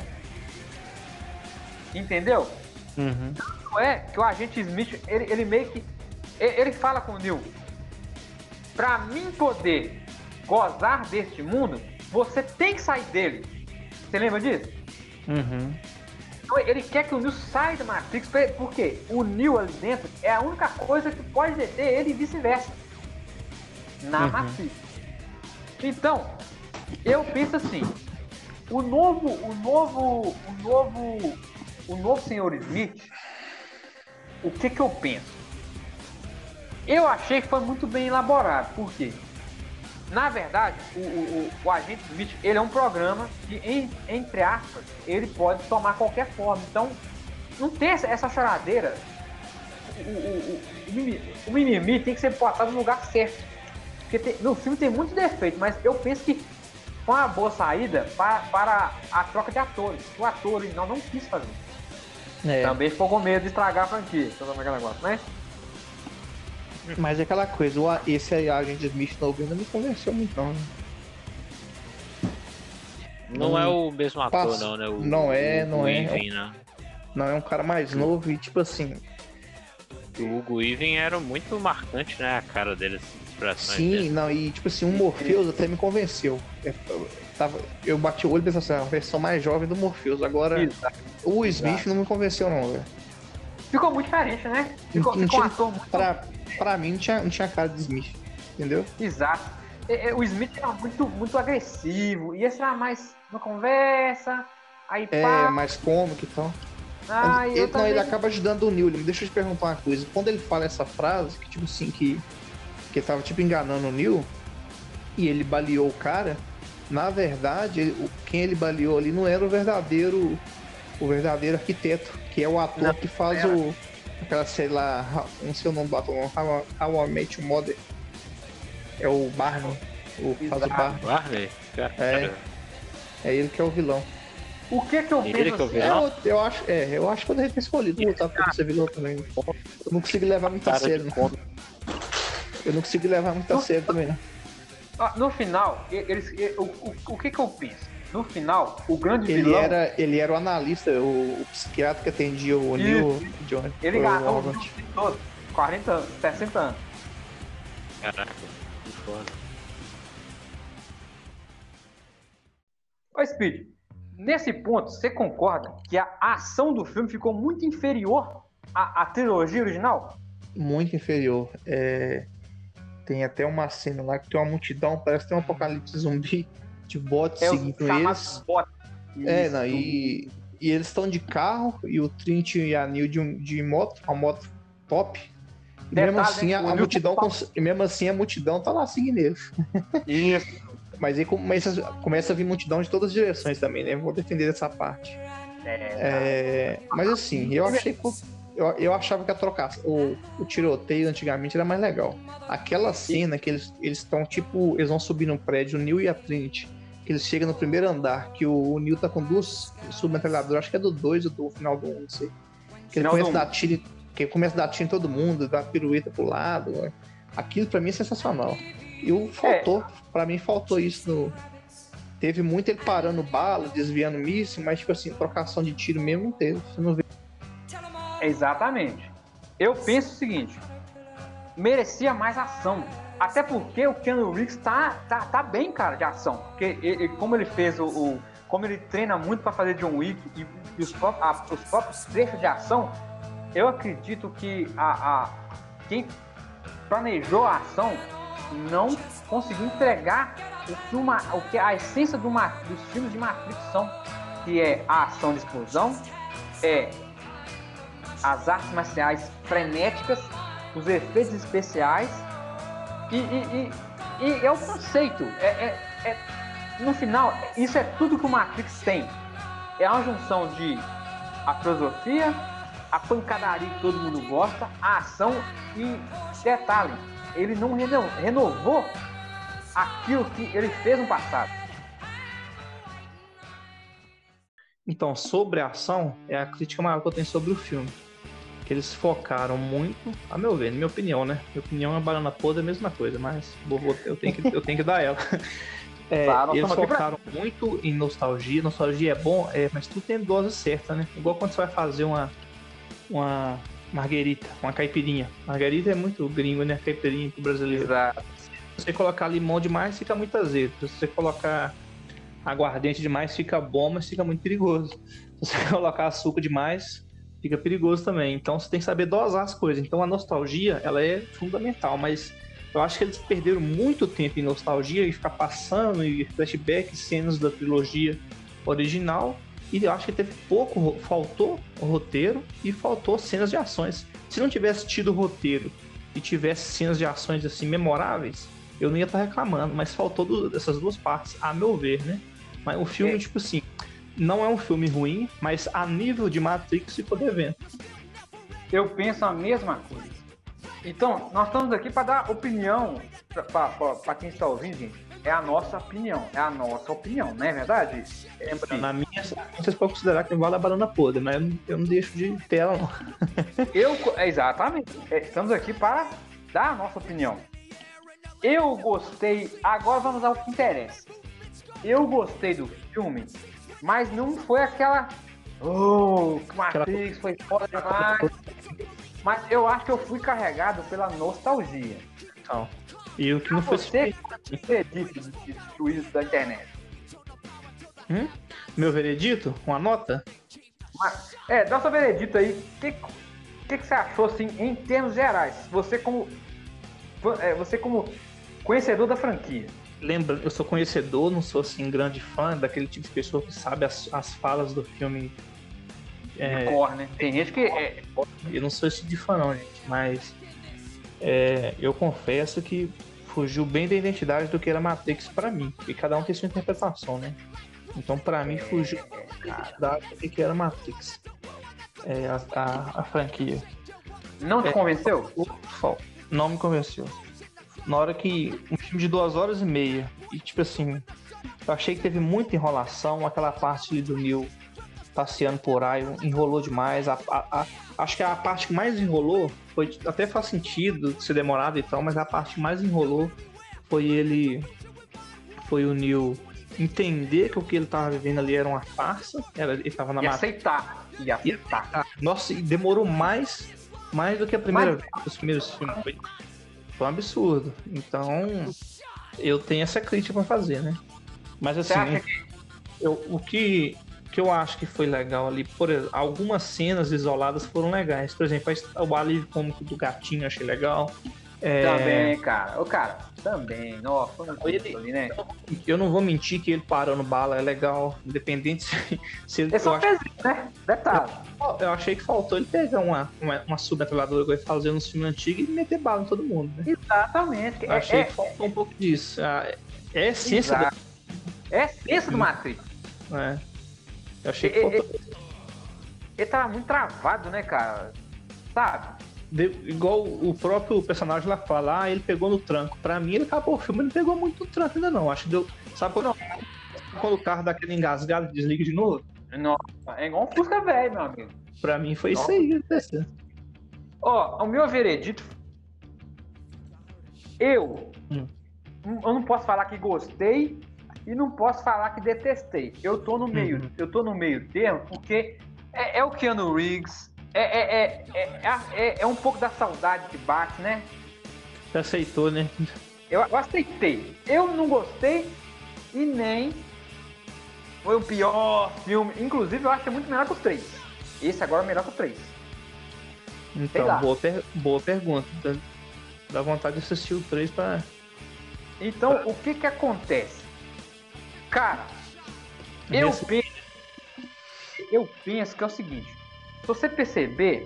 Entendeu? Uhum. Não é que o agente Smith, ele, ele meio que Ele fala com o Neo: pra mim poder gozar deste mundo, você tem que sair dele. Você lembra disso? Uhum. Então ele quer que o Neo saia da Matrix, porque o Neo ali dentro é a única coisa que pode deter ele e vice-versa na Uhum. Matrix. Então, eu penso assim, o novo, o novo, o novo, o novo senhor Smith, o que que eu penso? Eu achei que foi muito bem elaborado, por quê? Na verdade, o, o, o Agente Smith, ele é um programa que, em, entre aspas, ele pode tomar qualquer forma. Então, não tem essa, essa choradeira. O, o, o, o, mimimi, o mimimi tem que ser botado no lugar certo. Porque tem, no filme tem muitos defeitos, mas eu penso que foi uma boa saída para, para a troca de atores. O ator original não quis fazer. É. Também ficou com medo de estragar a franquia. Todo aquele negócio, né? Mas é aquela coisa, o, esse aí, Agente Smith novo ainda não me convenceu muito, não. Não, Não é o mesmo ator, passa- não, né? O, não é, o não Hugo é. Weaving, né? Não, é um cara mais novo e tipo assim. O Hugo Weaving era muito marcante, né? A cara dele, as expressões Sim, dele. não, e tipo assim, o Morpheus até me convenceu. É, eu, tava, eu bati o olho e pensei assim, é a versão mais jovem do Morpheus. Agora, Exato. o Smith Exato. não me convenceu, não, velho. Ficou muito diferente, né? Ficou, Não ficou um tinha- ator muito... Pra, pra mim, não tinha, não tinha cara de Smith, entendeu? Exato. É, é, o Smith era muito, muito agressivo. E esse era mais uma conversa. Aí É, pá. mais cômico e tal. Ah, ele, eu não, também. ele acaba ajudando o Neo. Deixa eu te perguntar uma coisa. Quando ele fala essa frase, que tipo assim, que, que ele tava tipo enganando o Neo, e ele baleou o cara, na verdade, ele- o- quem ele baleou ali não era o verdadeiro o verdadeiro arquiteto, que é o ator Não, que faz era. o aquela, sei lá, How- não sei o nome do ator, não, How, How I Met Your Mother. É o Barney, o que faz o Exato. Barney. Barney? Cara, É. É ele que é o vilão. O que que eu Ele penso que é o assim? vilão? Eu, eu acho, é, eu acho que poderia ter escolhido lutar pra ser vilão também. Eu não consegui levar muito a Cara de sério, não. conta. Eu não consegui levar muito a sério também, não. Ah, no final, e- eles, e- o, o, o que que eu penso? No final, o grande Ele vilão, era, ele era o analista, o, o psiquiatra que atendia o Isso. Neil Johnny. ele o ganhou o Albert. filme todo. quarenta anos, sessenta anos. Caraca, que foda. Ô Speed, nesse ponto, você concorda que a ação do filme ficou muito inferior à, à trilogia original? Muito inferior. É, tem até uma cena lá que tem uma multidão, parece que tem um apocalipse zumbi de bots É o seguindo chamado eles. bot. É, Isso. não, e, e eles estão de carro e o Trint e a Neil de, um- de moto, uma moto top. E Detalhe, mesmo assim, né? a, O a Neil multidão, tá- cons- e mesmo assim a multidão tá lá seguindo eles. Isso. Mas aí começa, começa a vir multidão de todas as direções também, né? Vou defender essa parte. É, É, mas assim, eu achei que eu, eu achava que a trocação, o, o tiroteio antigamente era mais legal. Aquela cena que eles eles estão tipo, eles vão subir num prédio, o Neo e a Trinity, que eles chegam no primeiro andar, que o, o Neo tá com duas submetralhadoras, acho que é do dois ou do final do um, não sei. Que ele Final começa do a um. dar tiro, que ele começa a dar tiro em todo mundo, dá pirueta pro lado. Né? Aquilo pra mim é sensacional. E o faltou, pra mim faltou isso no. Teve muito ele parando bala, desviando míssil, mas tipo assim, trocação de tiro mesmo não teve. Você não vê. Exatamente. Eu penso o seguinte: merecia mais ação. Até porque o Keanu Reeves tá, tá, tá bem, cara, de ação. Porque ele, como ele fez o, o. Como ele treina muito pra fazer John Wick e, e os, próprios, a, os próprios trechos de ação, eu acredito que a, a, quem planejou a ação não conseguiu entregar o que, uma, o que a essência do, dos filmes de Matrix são, que é a ação de explosão, é as artes marciais frenéticas, os efeitos especiais e, e, e, e é o conceito. É, é, é, no final, isso é tudo que o Matrix tem. É uma junção de a filosofia, a pancadaria que todo mundo gosta, a ação e detalhe, ele não reno, renovou aquilo que ele fez no passado. Então, sobre a ação, é a crítica maior que eu tenho sobre o filme. Que eles focaram muito, a meu ver, na minha opinião, né? Minha opinião é banana podre, é a mesma coisa, mas vou, vou, eu, tenho que, eu tenho que dar ela. É, Claro, eles pra... focaram muito em nostalgia. Nostalgia é bom, é, mas tudo tem dose certa, né? Igual quando você vai fazer uma, uma, Marguerita, uma caipirinha. Margarita é muito gringo, né? Caipirinha pro brasileiro. Exato. Se você colocar limão demais, fica muito azedo. Se você colocar aguardente demais, fica bom, mas fica muito perigoso. Se você colocar açúcar demais, fica perigoso também. Então você tem que saber dosar as coisas. Então a nostalgia, ela é fundamental, mas eu acho que eles perderam muito tempo em nostalgia e ficar passando e flashback, cenas da trilogia original. E eu acho que teve pouco, faltou o roteiro e faltou cenas de ações. Se não tivesse tido roteiro e tivesse cenas de ações assim memoráveis, eu não ia estar reclamando, mas faltou do, essas duas partes, a meu ver, né? Mas o filme, é. tipo assim, não é um filme ruim, mas a nível de Matrix ficou devendo. Eu penso a mesma coisa. Então, nós estamos aqui para dar opinião para quem está ouvindo, gente. É a nossa opinião, é a nossa opinião, não é verdade? É, na minha, vocês podem considerar que vale a banana podre, mas eu não, eu não deixo de ter ela, não. Eu, exatamente. Estamos aqui para dar a nossa opinião. Eu gostei. Agora vamos ao que interessa. Eu gostei do filme, mas não foi aquela. Oh, Matrix foi foda demais. Mas eu acho que eu fui carregado pela nostalgia. Então. E o que não foi você veredito de juízo da internet? Hum? Meu veredito? Uma nota? Mas, é, dá o seu veredito aí. O que, que, que você achou, assim, em termos gerais? Você como, é, você como conhecedor da franquia. Lembra, eu sou conhecedor, não sou, assim, grande fã daquele tipo de pessoa que sabe as, as falas do filme. É, de cor, né? Tem gente que... É... Eu não sou esse tipo de fã, não, gente, mas... É, eu confesso que fugiu bem da identidade do que era Matrix pra mim, porque cada um tem sua interpretação, né? Então pra mim fugiu da identidade do que era Matrix, é, a, a, a franquia. Não te é, convenceu? Não me convenceu. Na hora que um filme de duas horas e meia e tipo assim, eu achei que teve muita enrolação, aquela parte ali do Neo passeando por aí, enrolou demais. A, a, a, acho que a parte que mais enrolou foi, até faz sentido ser demorado e tal, mas a parte que mais enrolou foi ele, foi o Neo entender que o que ele tava vivendo ali era uma farsa, era, ele tava na e aceitar, e aceitar. E, nossa, e demorou mais, mais do que a primeira mas... vez, os primeiros filmes, foi, foi um absurdo. Então, eu tenho essa crítica pra fazer, né? Mas assim, que... eu, o que que eu acho que foi legal ali, por exemplo, algumas cenas isoladas foram legais. Por exemplo, o alívio cômico do gatinho eu achei legal. É... Também, cara. O cara, também. Nossa, foi muito ele, ali, né? Eu não vou mentir que ele parando bala é legal, independente se, se ele... É só fez, né? Detalhe. Eu, eu achei que faltou ele pegar uma, uma, uma submetralhadora que ele fazia nos filmes antigos e meter bala em todo mundo, né? Exatamente. Eu achei é, que faltou é, um pouco disso. É a essência do... É a essência do Matrix. É. Eu achei que ele, faltou... ele, ele tava muito travado, né, cara? Sabe? De, igual o próprio personagem lá fala, ah, ele pegou no tranco. Pra mim, ele acabou o filme, ele não pegou muito no tranco ainda não. Acho que deu. Sabe quando, quando o carro dá aquele engasgado e desliga de novo? Nossa, é igual um Fusca velho, meu amigo. Pra mim foi Nossa. Isso aí. Ó, oh, o meu veredito. Eu. Hum. Eu não posso falar que gostei. E não posso falar que detestei. Eu tô no meio, uhum. eu tô no meio termo, porque é, é o Keanu Reeves, é, é, é, é, é um pouco da saudade que bate, né? Você aceitou, né? Eu, eu aceitei. Eu não gostei e nem foi o pior filme. Inclusive, eu acho que é muito melhor que o três. Esse agora é melhor que o três. Então, boa, per- boa pergunta. Dá vontade de assistir o três pra... Então, pra... o que que acontece? Cara, eu Esse... penso, eu penso que é o seguinte, se você perceber,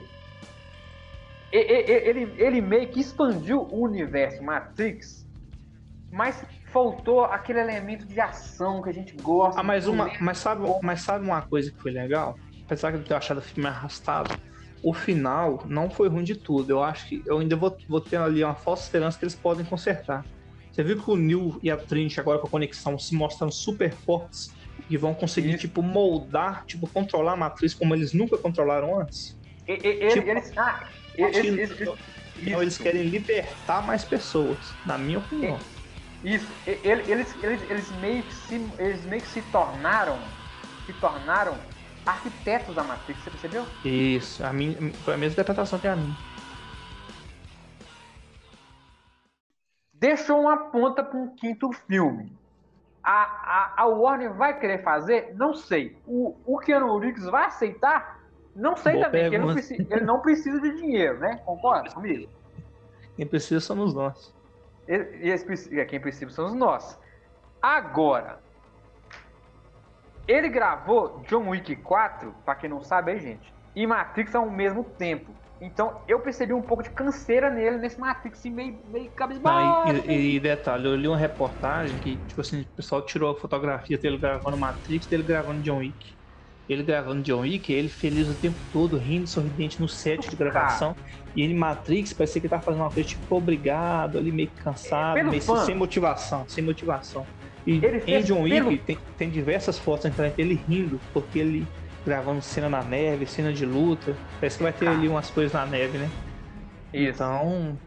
ele, ele meio que expandiu o universo Matrix, mas faltou aquele elemento de ação que a gente gosta. Ah, mas, uma, mas, sabe, mas sabe uma coisa que foi legal? Apesar de eu ter achado o filme arrastado, o final não foi ruim de tudo. Eu acho que eu ainda vou, vou ter ali uma falsa esperança que eles podem consertar. Você viu que o Neo e a Trinity agora com a conexão se mostram super fortes e vão conseguir, Isso. tipo, moldar, tipo, controlar a matriz como eles nunca controlaram antes? E, e, tipo, eles, ah, eles, eles, eles, então eles querem libertar mais pessoas, na minha opinião. Isso, eles, eles, eles, eles, meio, que se, eles meio que se tornaram, se tornaram arquitetos da Matrix, você percebeu? Isso, a minha, foi a mesma interpretação que a minha. Deixou uma ponta para um quinto filme. A, a, a Warner vai querer fazer? Não sei. O, o Keanu Reeves vai aceitar? Não sei Boa também, porque ele não, pergunta. precisa, ele não precisa de dinheiro, né? Concorda comigo? Quem precisa somos nós. Ele- e esse- quem precisa somos nós. Agora, ele gravou John Wick quatro, pra quem não sabe aí, gente, e Matrix ao mesmo tempo. Então eu percebi um pouco de canseira nele, nesse Matrix, assim, meio, meio cabisbaixo. Ah, e, e detalhe, eu li uma reportagem que, tipo assim, o pessoal tirou a fotografia dele gravando Matrix, dele gravando John Wick. Ele gravando John Wick, ele feliz o tempo todo, rindo, sorridente no set de gravação. E ele Matrix, parecia que ele tava fazendo uma coisa tipo obrigado, ali meio cansado, É, pelo meio fã. sem motivação, sem motivação. E Ele em fez John Wick pelo- tem, tem diversas fotos na internet dele rindo, porque ele gravando cena na neve, cena de luta. Parece que vai ter Ah. ali umas coisas na neve, né? Isso. Então,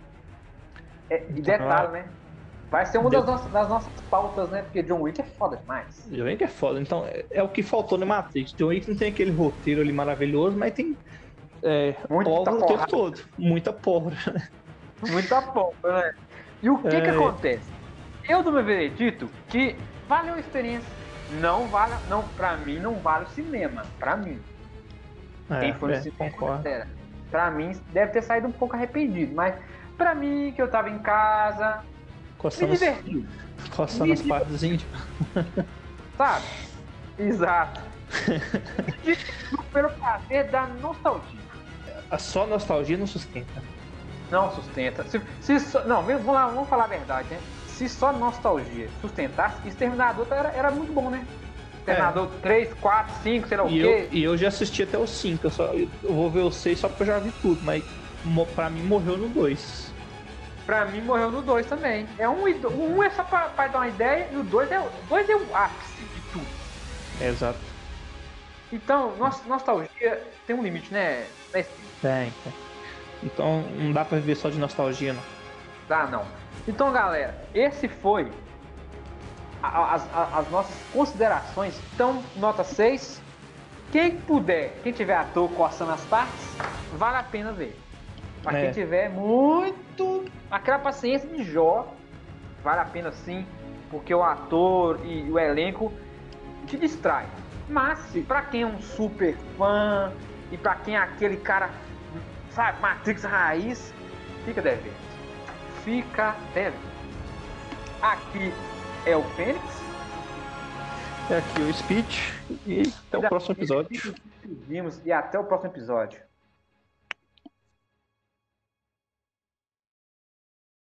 É, e detalhe, né? Vai ser uma das nossas, das nossas pautas, né? Porque John Wick é foda demais. John Wick é foda. Então, é, é o que faltou no Matrix. John Wick não tem aquele roteiro ali maravilhoso, mas tem é, Muita pólvora o tempo porrada. todo. Muita pólvora, né? Muita pompa, né? E o que que É. acontece? Eu do meu veredito que valeu a experiência. Não vale, não, pra mim não vale o cinema. Pra mim. Quem for no é, cinema, concordo. considera. Pra mim deve ter saído um pouco arrependido, mas pra mim que eu tava em casa, me Coçando, os- diverti, coçando Me as partes íntimas. sabe? Exato. Me diverti pelo prazer da nostalgia. A só nostalgia não sustenta. Não sustenta. Se, se só- não, vamos lá, vamos falar a verdade, né? Se só nostalgia sustentasse, Exterminador era, era muito bom, né? Exterminador três, quatro, cinco, sei lá o E quê. eu, e eu já assisti até o cinco. Eu, só, eu vou ver o seis só porque eu já vi tudo. Mas mo- pra mim morreu no dois. Pra mim morreu no dois também. É um, e do- o um é só pra, pra dar uma ideia e o dois é, o dois é o ápice de tudo. É, exato. Então, nos- nostalgia tem um limite, né? né, Steve? Tem, tem. Então não dá pra viver só de nostalgia, não. Dá não. Então, galera, esse foi a- a- as, a- as nossas considerações. Então, nota seis. Quem puder, quem tiver ator coçando as partes, vale a pena ver. Pra É. quem tiver muito aquela paciência de Jó, vale a pena sim, porque o ator e o elenco te distrai. Mas, pra quem é um super fã e pra quem é aquele cara, sabe, Matrix raiz, fica devendo. Fica devendo. Aqui é o Fênix. É aqui o Speech. E até o próximo episódio. Seguimos e até o próximo episódio.